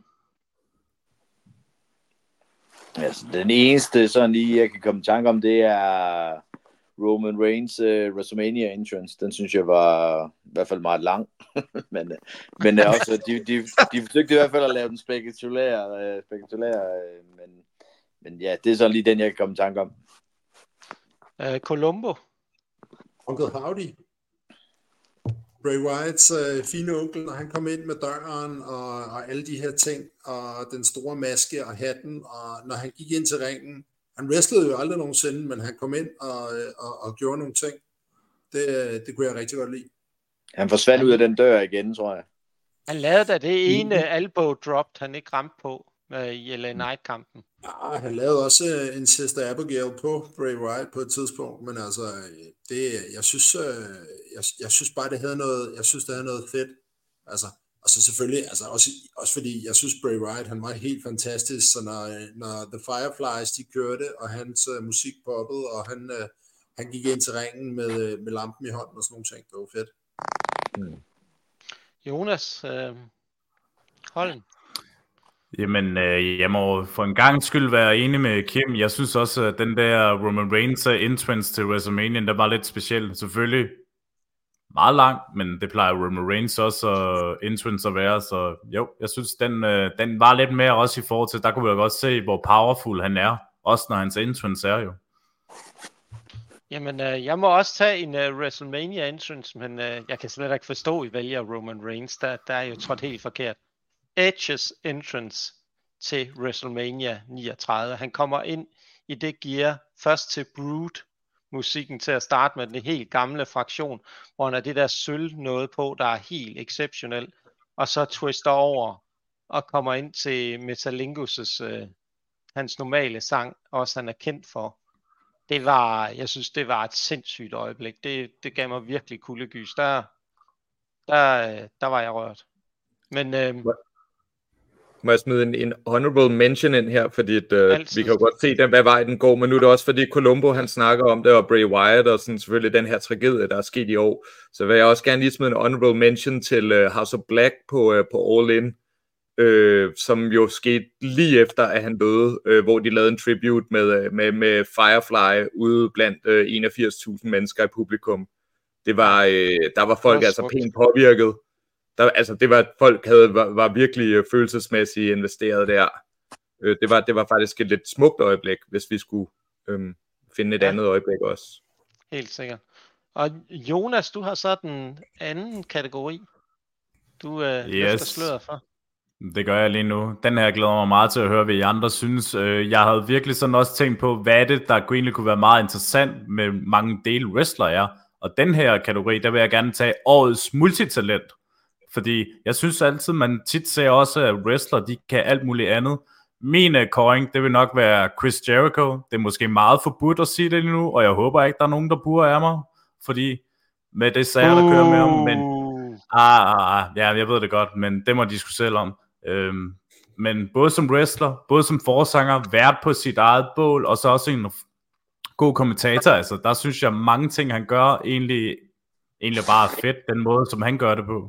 Altså, den eneste, sådan lige, jeg kan komme i tanke om, det er Roman Reigns uh, WrestleMania entrance. Den synes jeg var i hvert fald meget lang. men men også, de, de, de forsøgte i hvert fald at lave den spektakulære, uh, spektakulære uh, men, men ja, det er sådan lige den, jeg kan komme i tanke om. Uh, Columbo? Uncle Howdy. Bray Wyatts øh, fine onkel, når han kom ind med døren, og, og alle de her ting, og den store maske og hatten, og når han gik ind til ringen, han wrestlede jo aldrig nogensinde, men han kom ind og, og, og gjorde nogle ting. Det, det kunne jeg rigtig godt lide. Han forsvandt han, ud af den dør igen, tror jeg. Han lavede da det ene elbow drop, han ikke ramte på øh, i L A Knight-kampen. Ja, han lavede også en Sister Abigail på Bray Wyatt på et tidspunkt, men altså, det, jeg synes, jeg, jeg synes bare, det havde noget, jeg synes, det havde noget fedt. Altså, og så selvfølgelig, altså også, også fordi, jeg synes, Bray Wyatt, han var helt fantastisk, så når, når The Fireflies, de kørte, og hans uh, musik poppede, og han, uh, han gik ind til ringen med, med lampen i hånden og sådan nogle ting, det var fedt. Mm. Jonas, øh, Holm. Jamen, øh, jeg må for en gang skyld være enig med Kim. Jeg synes også, at den der Roman Reigns entrance til WrestleMania, der var lidt speciel. Selvfølgelig meget lang, men det plejer Roman Reigns også uh, entrance at være. Så jo, jeg synes, den, øh, den var lidt mere også i forhold til, der kunne vi jo godt se, hvor powerful han er. Også når hans entrance er jo. Jamen, øh, jeg må også tage en uh, WrestleMania entrance, men øh, jeg kan slet ikke forstå, at I vælger Roman Reigns. Der, der er jo trådt helt forkert. Edges entrance til WrestleMania niogtredive. Han kommer ind i det gear, først til Brood musikken til at starte med, den helt gamle fraktion, hvor han er det der sølv noget på, der er helt exceptionelt, og så twister over og kommer ind til Metalingus' øh, hans normale sang, også han er kendt for. Det var, jeg synes, det var et sindssygt øjeblik. Det, det gav mig virkelig kuldegys. Der, der, der var jeg rørt. Men øh, må jeg smide en, en honorable mention ind her, fordi et, uh, vi kan jo godt se, den, hvad vej den går, men nu er det også, fordi Columbo, han snakker om det, og Bray Wyatt, og sådan selvfølgelig den her tragedie, der er sket i år. Så vil jeg også gerne lige smide en honorable mention til uh, House of Black på, uh, på All In, uh, som jo skete lige efter, at han døde, uh, hvor de lavede en tribute med, uh, med, med Firefly ude blandt uh, enogfirs tusind mennesker i publikum. Det var, uh, der var folk var altså pænt påvirket. Der, altså det var, folk havde, var, var virkelig uh, følelsesmæssigt investeret der. Uh, det, var, det var faktisk et lidt smukt øjeblik, hvis vi skulle um, finde et ja. andet øjeblik også. Helt sikkert. Og Jonas, du har så den anden kategori, du uh, yes. løfter sløret for. Det gør jeg lige nu. Den her glæder mig meget til at høre, hvad I andre synes. Jeg havde virkelig sådan også tænkt på, hvad det, der egentlig kunne være meget interessant med mange dele wrestler er. Og den her kategori, der vil jeg gerne tage årets multitalent. Fordi jeg synes altid, man tit ser også, at wrestler, de kan alt muligt andet. Min kåring, det vil nok være Chris Jericho. Det er måske meget forbudt at sige det lige nu, og jeg håber ikke, der er nogen, der burer af mig. Fordi med det sager, der kører med om, men ah, ah, ah, ja, jeg ved det godt, men det må de sgu selv om. Øhm, men både som wrestler, både som forsanger, vært på sit eget bål, og så også en god kommentator. Altså, der synes jeg, mange ting, han gør, egentlig, egentlig bare er fedt, den måde, som han gør det på.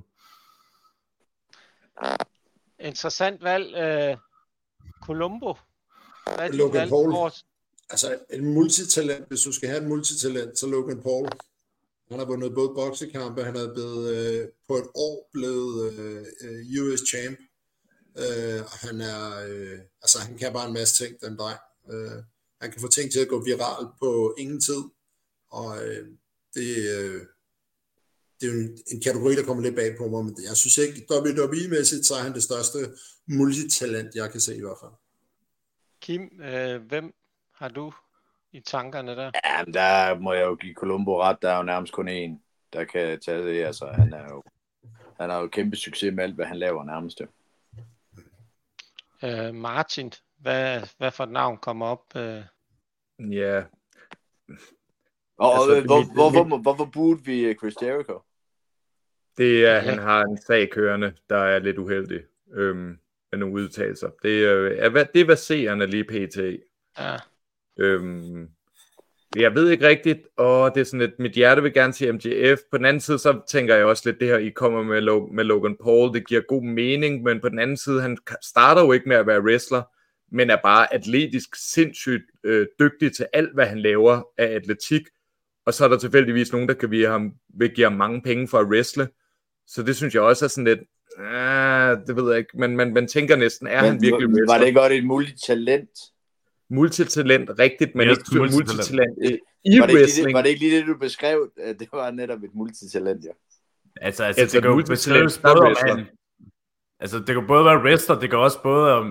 Interessant valg. Øh, Columbo. Hvad er dit Logan valg? Paul. Altså en multitalent, hvis du skal have en multitalent, så Logan Paul. Han har vundet både boksekampe, han er blevet øh, på et år blevet øh, U S champ. Øh, og han er, øh, altså han kan bare en masse ting, den dreng. Øh, han kan få ting til at gå viralt på ingen tid. Og øh, det, øh, det er jo en, en kategori, der kommer lidt bag på mig, men jeg synes ikke, W W E-mæssigt, så er han det største multitalent, jeg kan se i hvert fald. Kim, øh, hvem har du i tankerne der? Ja, der må jeg jo give Columbo ret, der er jo nærmest kun én, der kan tage det. Altså, han er jo, han har jo kæmpe succes med alt, hvad han laver nærmest. Øh, Martin, hvad, hvad for et navn kommer op? Øh? Ja. Og altså, hvor, mit, hvor, mit, hvor, hvorfor burde vi Chris Jericho? Det er, ja. Han har en sag kørende, der er lidt uheldig øhm, med nogle udtalelser. Det er, er, det er verserende lige pt. Ja. Øhm, jeg ved ikke rigtigt, og det er sådan lidt, mit hjerte vil gerne til M J F. På den anden side, så tænker jeg også lidt, det her, I kommer med, Lo- med Logan Paul, det giver god mening, men på den anden side, han starter jo ikke med at være wrestler, men er bare atletisk sindssygt øh, dygtig til alt, hvad han laver af atletik, og så er der tilfældigvis nogen, der kan give ham, vil give ham mange penge for at wrestle, så det synes jeg også er sådan lidt, ah, det ved jeg ikke, men man, man tænker næsten, er men, han virkelig wrestler? Var det godt et multitalent? Multitalent, rigtigt, men yes, ikke multitalent, multitalent i var det wrestling. Det, var det ikke lige det, du beskrev? Det var netop et multitalent, ja. Altså, altså, altså det kan jo beskrives både om han, altså det kan både være wrestler, det kan også både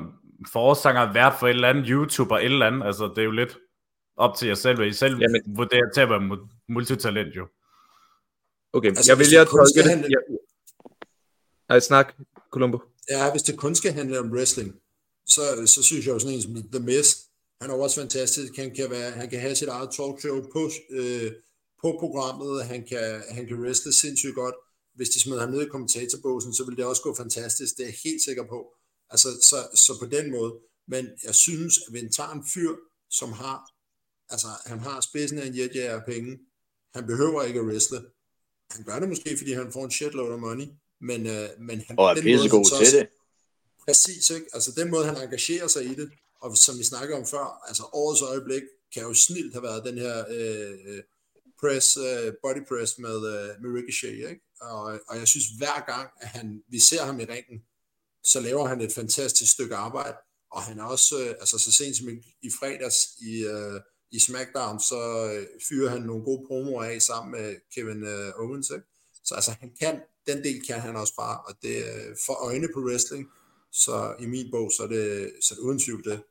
forsanger, vært for et eller andet, YouTuber, et eller andet. Altså, det er jo lidt op til jer selv, hvad I selv Jamen. vurderer til at være multitalent, jo. Okay, altså, jeg vælger at tolke det. Handle... Ja. Nej, snak, Columbo. Ja, hvis det kun skal handle om wrestling, så, så synes jeg jo sådan en som The Miz, han er også fantastisk. Han kan, være, han kan have sit eget talkshow på, øh, på programmet. Han kan, han kan wrestle sindssygt godt. Hvis de smider ham ned i kommentatorbåsen, så vil det også gå fantastisk. Det er jeg helt sikker på. Altså, så, så på den måde. Men jeg synes, at vi tager en fyr, som har, altså, han har spidsen af en jetjager af penge. Han behøver ikke at wrestle. Han gør det måske, fordi han får en shitload of money. Men, øh, men han, og er pissegod til også, det. Præcis, ikke? Altså den måde, han engagerer sig i det, og som vi snakkede om før, altså årets øjeblik, kan jo snilt have været den her øh, press, øh, body press med, øh, med Ricochet, ikke? Og, og jeg synes, hver gang, at han, vi ser ham i ringen, så laver han et fantastisk stykke arbejde, og han er også, øh, altså så sent som i, i fredags i, øh, i SmackDown, så øh, fyrer han nogle gode promoer af sammen med Kevin øh, Owens, ikke? Så altså han kan, den del kan han også bare, og det er for øjne på wrestling, så i min bog, så er det, så er det uden tvivl det.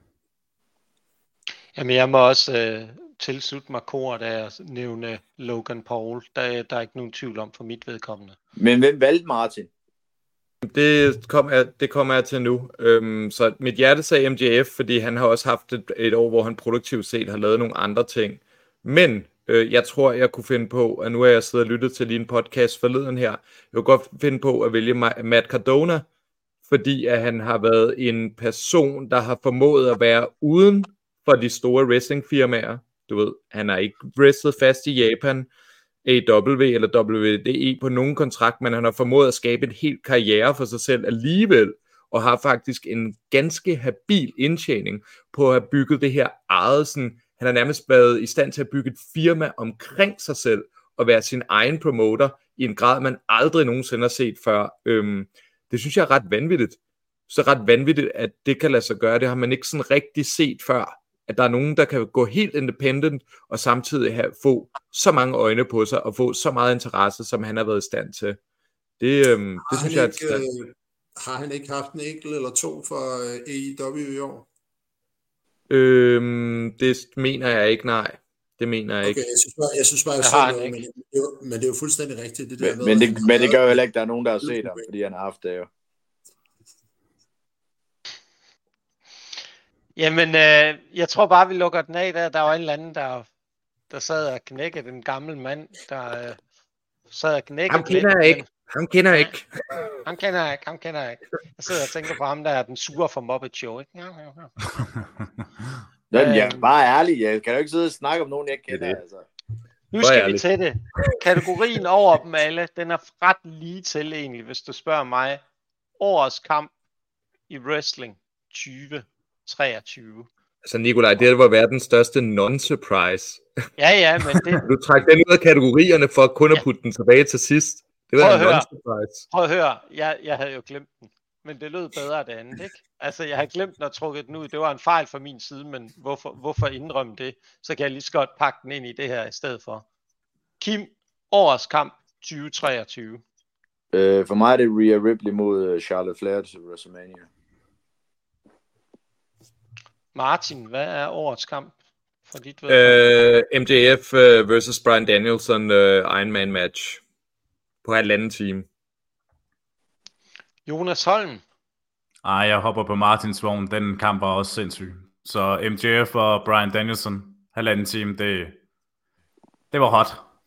Jamen jeg må også øh, tilslutte mig koret af at nævne Logan Paul, der, der er ikke nogen tvivl om for mit vedkommende. Men hvem valgte Martin? Det kommer jeg, det kommer jeg til nu. Øhm, så mit hjerte sagde M J F, fordi han har også haft et, et år, hvor han produktivt set har lavet nogle andre ting. Men øh, jeg tror, jeg kunne finde på, at nu er jeg siddet og lyttet til lige en podcast forleden her, jeg kunne godt finde på at vælge Matt Cardona, fordi at han har været en person, der har formået at være uden for de store wrestlingfirmaer. Du ved, han har ikke wrestlet fast i Japan, A E W eller W W E på nogen kontrakt, men han har formået at skabe en helt karriere for sig selv alligevel, og har faktisk en ganske habil indtjening på at have bygget det her eget, sådan, han har nærmest været i stand til at bygge et firma omkring sig selv, og være sin egen promoter, i en grad, man aldrig nogensinde har set før. Øhm, det synes jeg er ret vanvittigt. Så ret vanvittigt, at det kan lade sig gøre. Det har man ikke sådan rigtig set før. At der er nogen, der kan gå helt independent, og samtidig have, få så mange øjne på sig, og få så meget interesse, som han har været i stand til. Det, øhm, det synes jeg er ikke, øh, Har han ikke haft en enkelt eller to for øh, A E W i år? Øhm, det mener jeg ikke, nej. Det mener jeg okay, ikke. Jeg synes bare, jeg, synes bare, jeg så noget, men, det, men det er jo fuldstændig rigtigt. Det der men, med, men, det, men det gør jo heller ikke, at der er nogen, der har set ham, fordi han har haft det jo. Jamen, øh, jeg tror bare, vi lukker den af der. Der var en eller anden, der, der sad og knækkede den gamle mand, der øh, sad og knækkede. Ham kender jeg ikke. Ham kender jeg ikke. Ham kender jeg ikke. Ham kender jeg ikke. Jeg sidder og tænker på ham, der er den sure for Muppet Show, ikke? Ja, ja, ja. Jamen, jeg er bare ærlig. Jeg kan jo ikke sidde og snakke om nogen, jeg ikke kender. Det det. Altså. Nu skal vi til det. Kategorien over dem alle, den er ret lige til egentlig, hvis du spørger mig. Årets kamp i wrestling tyve treogtyve. Altså Nikolaj, det var verdens største non-surprise. Ja, ja, men det... Du træk den ud af kategorierne for kun at ja. putte den tilbage til sidst. Det var en non-surprise. Prøv at høre, jeg, jeg havde jo glemt den. Men det lød bedre det andet, ikke? Altså, jeg havde glemt den og trukket den ud. Det var en fejl fra min side, men hvorfor, hvorfor indrømme det? Så kan jeg lige så godt pakke den ind i det her i stedet for. Kim, årets kamp tyve treogtyve. Øh, for mig er det Rhea Ripley mod Charlotte Flair til WrestleMania. Martin, hvad er årets kamp for dit vedkommende? Uh, M J F uh, versus Bryan Danielson uh, Iron Man match på halvanden time. Jonas Holm. Ej, jeg hopper på Martins vogn. Den kamp var også sindssyg. Så M J F og Bryan Danielson halvanden time, det, det var hot.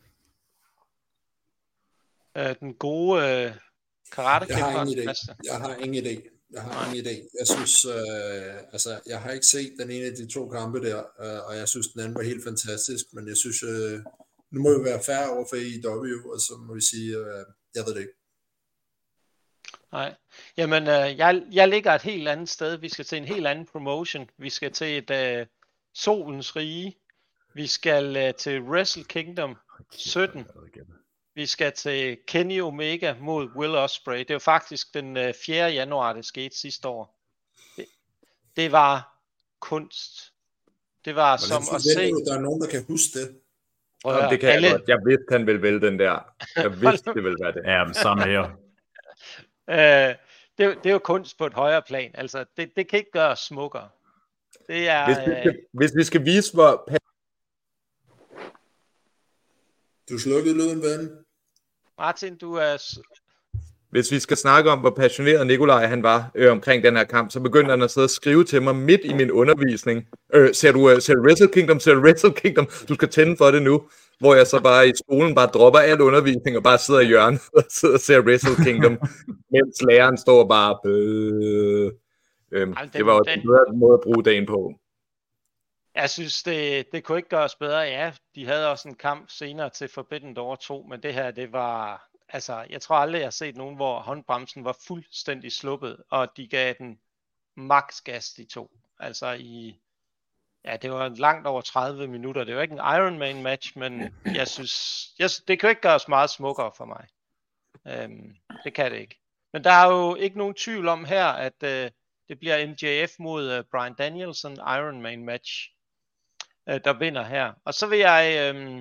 Uh, den gode uh, karatekæmper. Jeg har ingen idé. Jeg har ingen idé. Jeg har ingen idé. Jeg synes, øh, altså, jeg har ikke set den ene af de to kampe der, øh, og jeg synes, den anden var helt fantastisk, men jeg synes, øh, nu må vi være færre over for A E W, og så må vi sige, øh, jeg ved det ikke. Nej. Jamen, øh, jeg, jeg ligger et helt andet sted. Vi skal til en helt anden promotion. Vi skal til et øh, Solens Rige. Vi skal øh, til Wrestle Kingdom sytten. Vi skal til Kenny Omega mod Will Ospreay. Det var faktisk den øh, fjerde januar, det skete sidste år. Det, det var kunst. Det var som at se... Der er nogen, der kan huske det. Jamen, det kan alle... jeg godt. Jeg vidste, han ville vælge den der. Jeg vidste, det ville være det. Ja, men samme her. øh, det, det er jo kunst på et højere plan. Altså, det, det kan ikke gøre smukkere. Det er... Hvis vi skal, hvis vi skal vise, hvor... Du slukkede lyden, ven. Martin, du er... Hvis vi skal snakke om, hvor passioneret Nikolaj han var øh, omkring den her kamp, så begyndte han at sidde og skrive til mig midt i min undervisning. Øh, ser, du, uh, ser du Wrestle Kingdom? Ser du Wrestle Kingdom? Du skal tænde for det nu. Hvor jeg så bare i skolen bare dropper al undervisning og bare sidder i hjørnet og sidder og ser Wrestle Kingdom, mens læreren står bare... Øh, øh, Jamen, den, det var også den... en bedre måde at bruge dagen på. Jeg synes, det, det kunne ikke gøres bedre. Ja, de havde også en kamp senere til Forbidden Door to, men det her, det var... Altså, jeg tror aldrig, jeg har set nogen, hvor håndbremsen var fuldstændig sluppet, og de gav den max gas, de to. Altså i... Ja, det var langt over tredive minutter. Det var ikke en Ironman match, men jeg synes... Jeg, det kan jo ikke gøres meget smukkere for mig. Øhm, det kan det ikke. Men der er jo ikke nogen tvivl om her, at øh, det bliver M J F mod øh, Bryan Danielson Ironman match, øh, der vinder her. Og så vil jeg øh,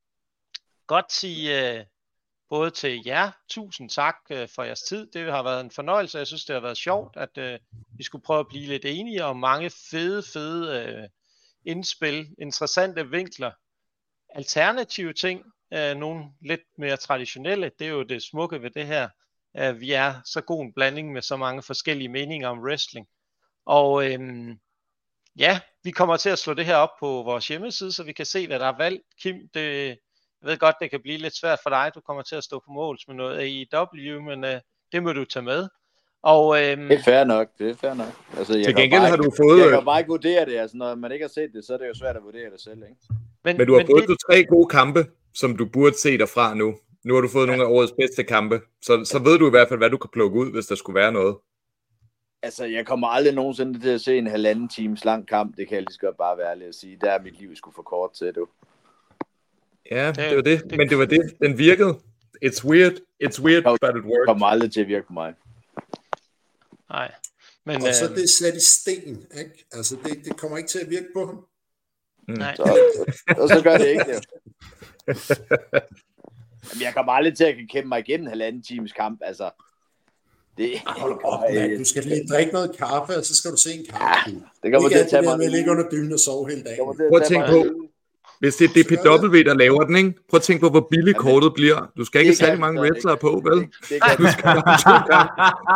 godt sige... Øh, både til jer, tusind tak øh, for jeres tid. Det har været en fornøjelse. Jeg synes, det har været sjovt, at øh, vi skulle prøve at blive lidt enige om mange fede, fede øh, indspil, interessante vinkler, alternative ting, øh, nogle lidt mere traditionelle. Det er jo det smukke ved det her. Øh, vi er så god en blanding med så mange forskellige meninger om wrestling. Og øh, ja, vi kommer til at slå det her op på vores hjemmeside, så vi kan se, hvad der er valgt. Kim, det... Jeg ved godt, det kan blive lidt svært for dig. Du kommer til at stå på måls med noget A E W, men øh, det må du tage med. Og, øhm, det er fair nok, det er fair nok. Altså, jeg til kan gengæld bare, har du fået... Jeg kan bare ikke vurdere det. Altså, når man ikke har set det, så er det jo svært at vurdere det selv, ikke? Men, men du har men fået det... tre gode kampe, som du burde se derfra nu. Nu har du fået ja. nogle af årets bedste kampe. Så, så ved du i hvert fald, hvad du kan plukke ud, hvis der skulle være noget. Altså, jeg kommer aldrig nogensinde til at se en halvanden times lang kamp. Det kan jeg lige så godt bare være ærlig at sige. Der er mit liv skulle for kort til, du. Ja, det, det var det. det. Men det var det. Den virkede. It's weird. It's weird, but it worked. Det kommer aldrig til at virke på mig. Nej. Men, og så øh... det er slet i sten, ikke? Altså, det, det kommer ikke til at virke på ham. Mm. Nej. Så, og så gør det ikke det. Jamen, jeg kommer aldrig til at kæmpe mig igennem en halvanden times kamp, altså. Det, hold op, man. Du skal lige drikke noget kaffe, og så skal du se en kamp. Ja, det kommer til at tage mig. Med at ligge under dynen og sove hele dagen. Prøv at tænke på, hvis det er D P W, der laver den, ikke? Prøv at tænke på, hvor billigt kortet bliver. Du skal ikke have særlig mange wrestlere på, vel? Det, det kan du skal have to gange.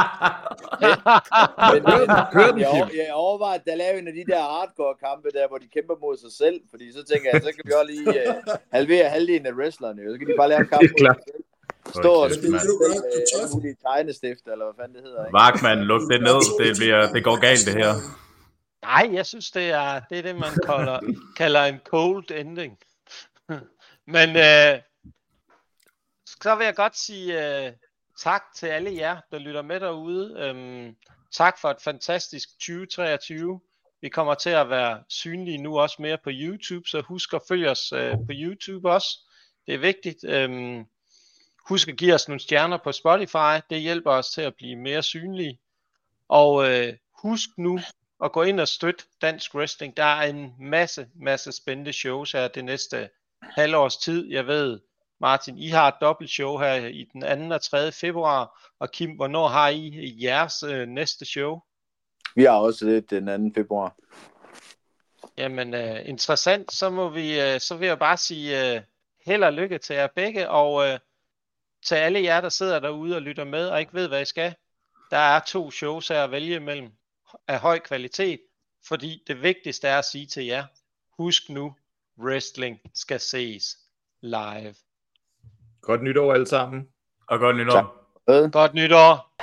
Men, men, jeg, over, jeg overvejer, at der laver en af de der hardcore-kampe der, hvor de kæmper mod sig selv. Fordi så tænker jeg, så kan vi også lige uh, halvere halvdelen af wrestlerne. Så kan de bare lave en kamp mod sig selv. Stå og spille alle mulige tegnestift, eller hvad fanden det hedder. Vagtmand, luk det ned. Det, bliver, det går galt, det her. Nej, jeg synes, det er det, er det man kalder, kalder en cold ending. Men øh, så vil jeg godt sige øh, tak til alle jer, der lytter med derude. Øhm, tak for et fantastisk tyve treogtyve. Vi kommer til at være synlige nu også mere på YouTube, så husk at følge os øh, på YouTube også. Det er vigtigt. Øhm, husk at give os nogle stjerner på Spotify. Det hjælper os til at blive mere synlige. Og øh, husk nu og gå ind og støtte Dansk Wrestling. Der er en masse, masse spændende shows her det næste halvårs tid. Jeg ved, Martin, I har et dobbelt show her i den anden og tredje februar. Og Kim, hvornår har I jeres øh, næste show? Vi har også det den anden februar. Jamen, øh, interessant. Så, må vi, øh, så vil jeg bare sige øh, held og lykke til jer begge. Og øh, til alle jer, der sidder derude og lytter med og ikke ved, hvad I skal. Der er to shows her at vælge imellem af høj kvalitet, fordi det vigtigste er at sige til jer, husk nu, wrestling skal ses live. Godt nytår alle sammen. Og godt nytår. Tak. Godt nytår.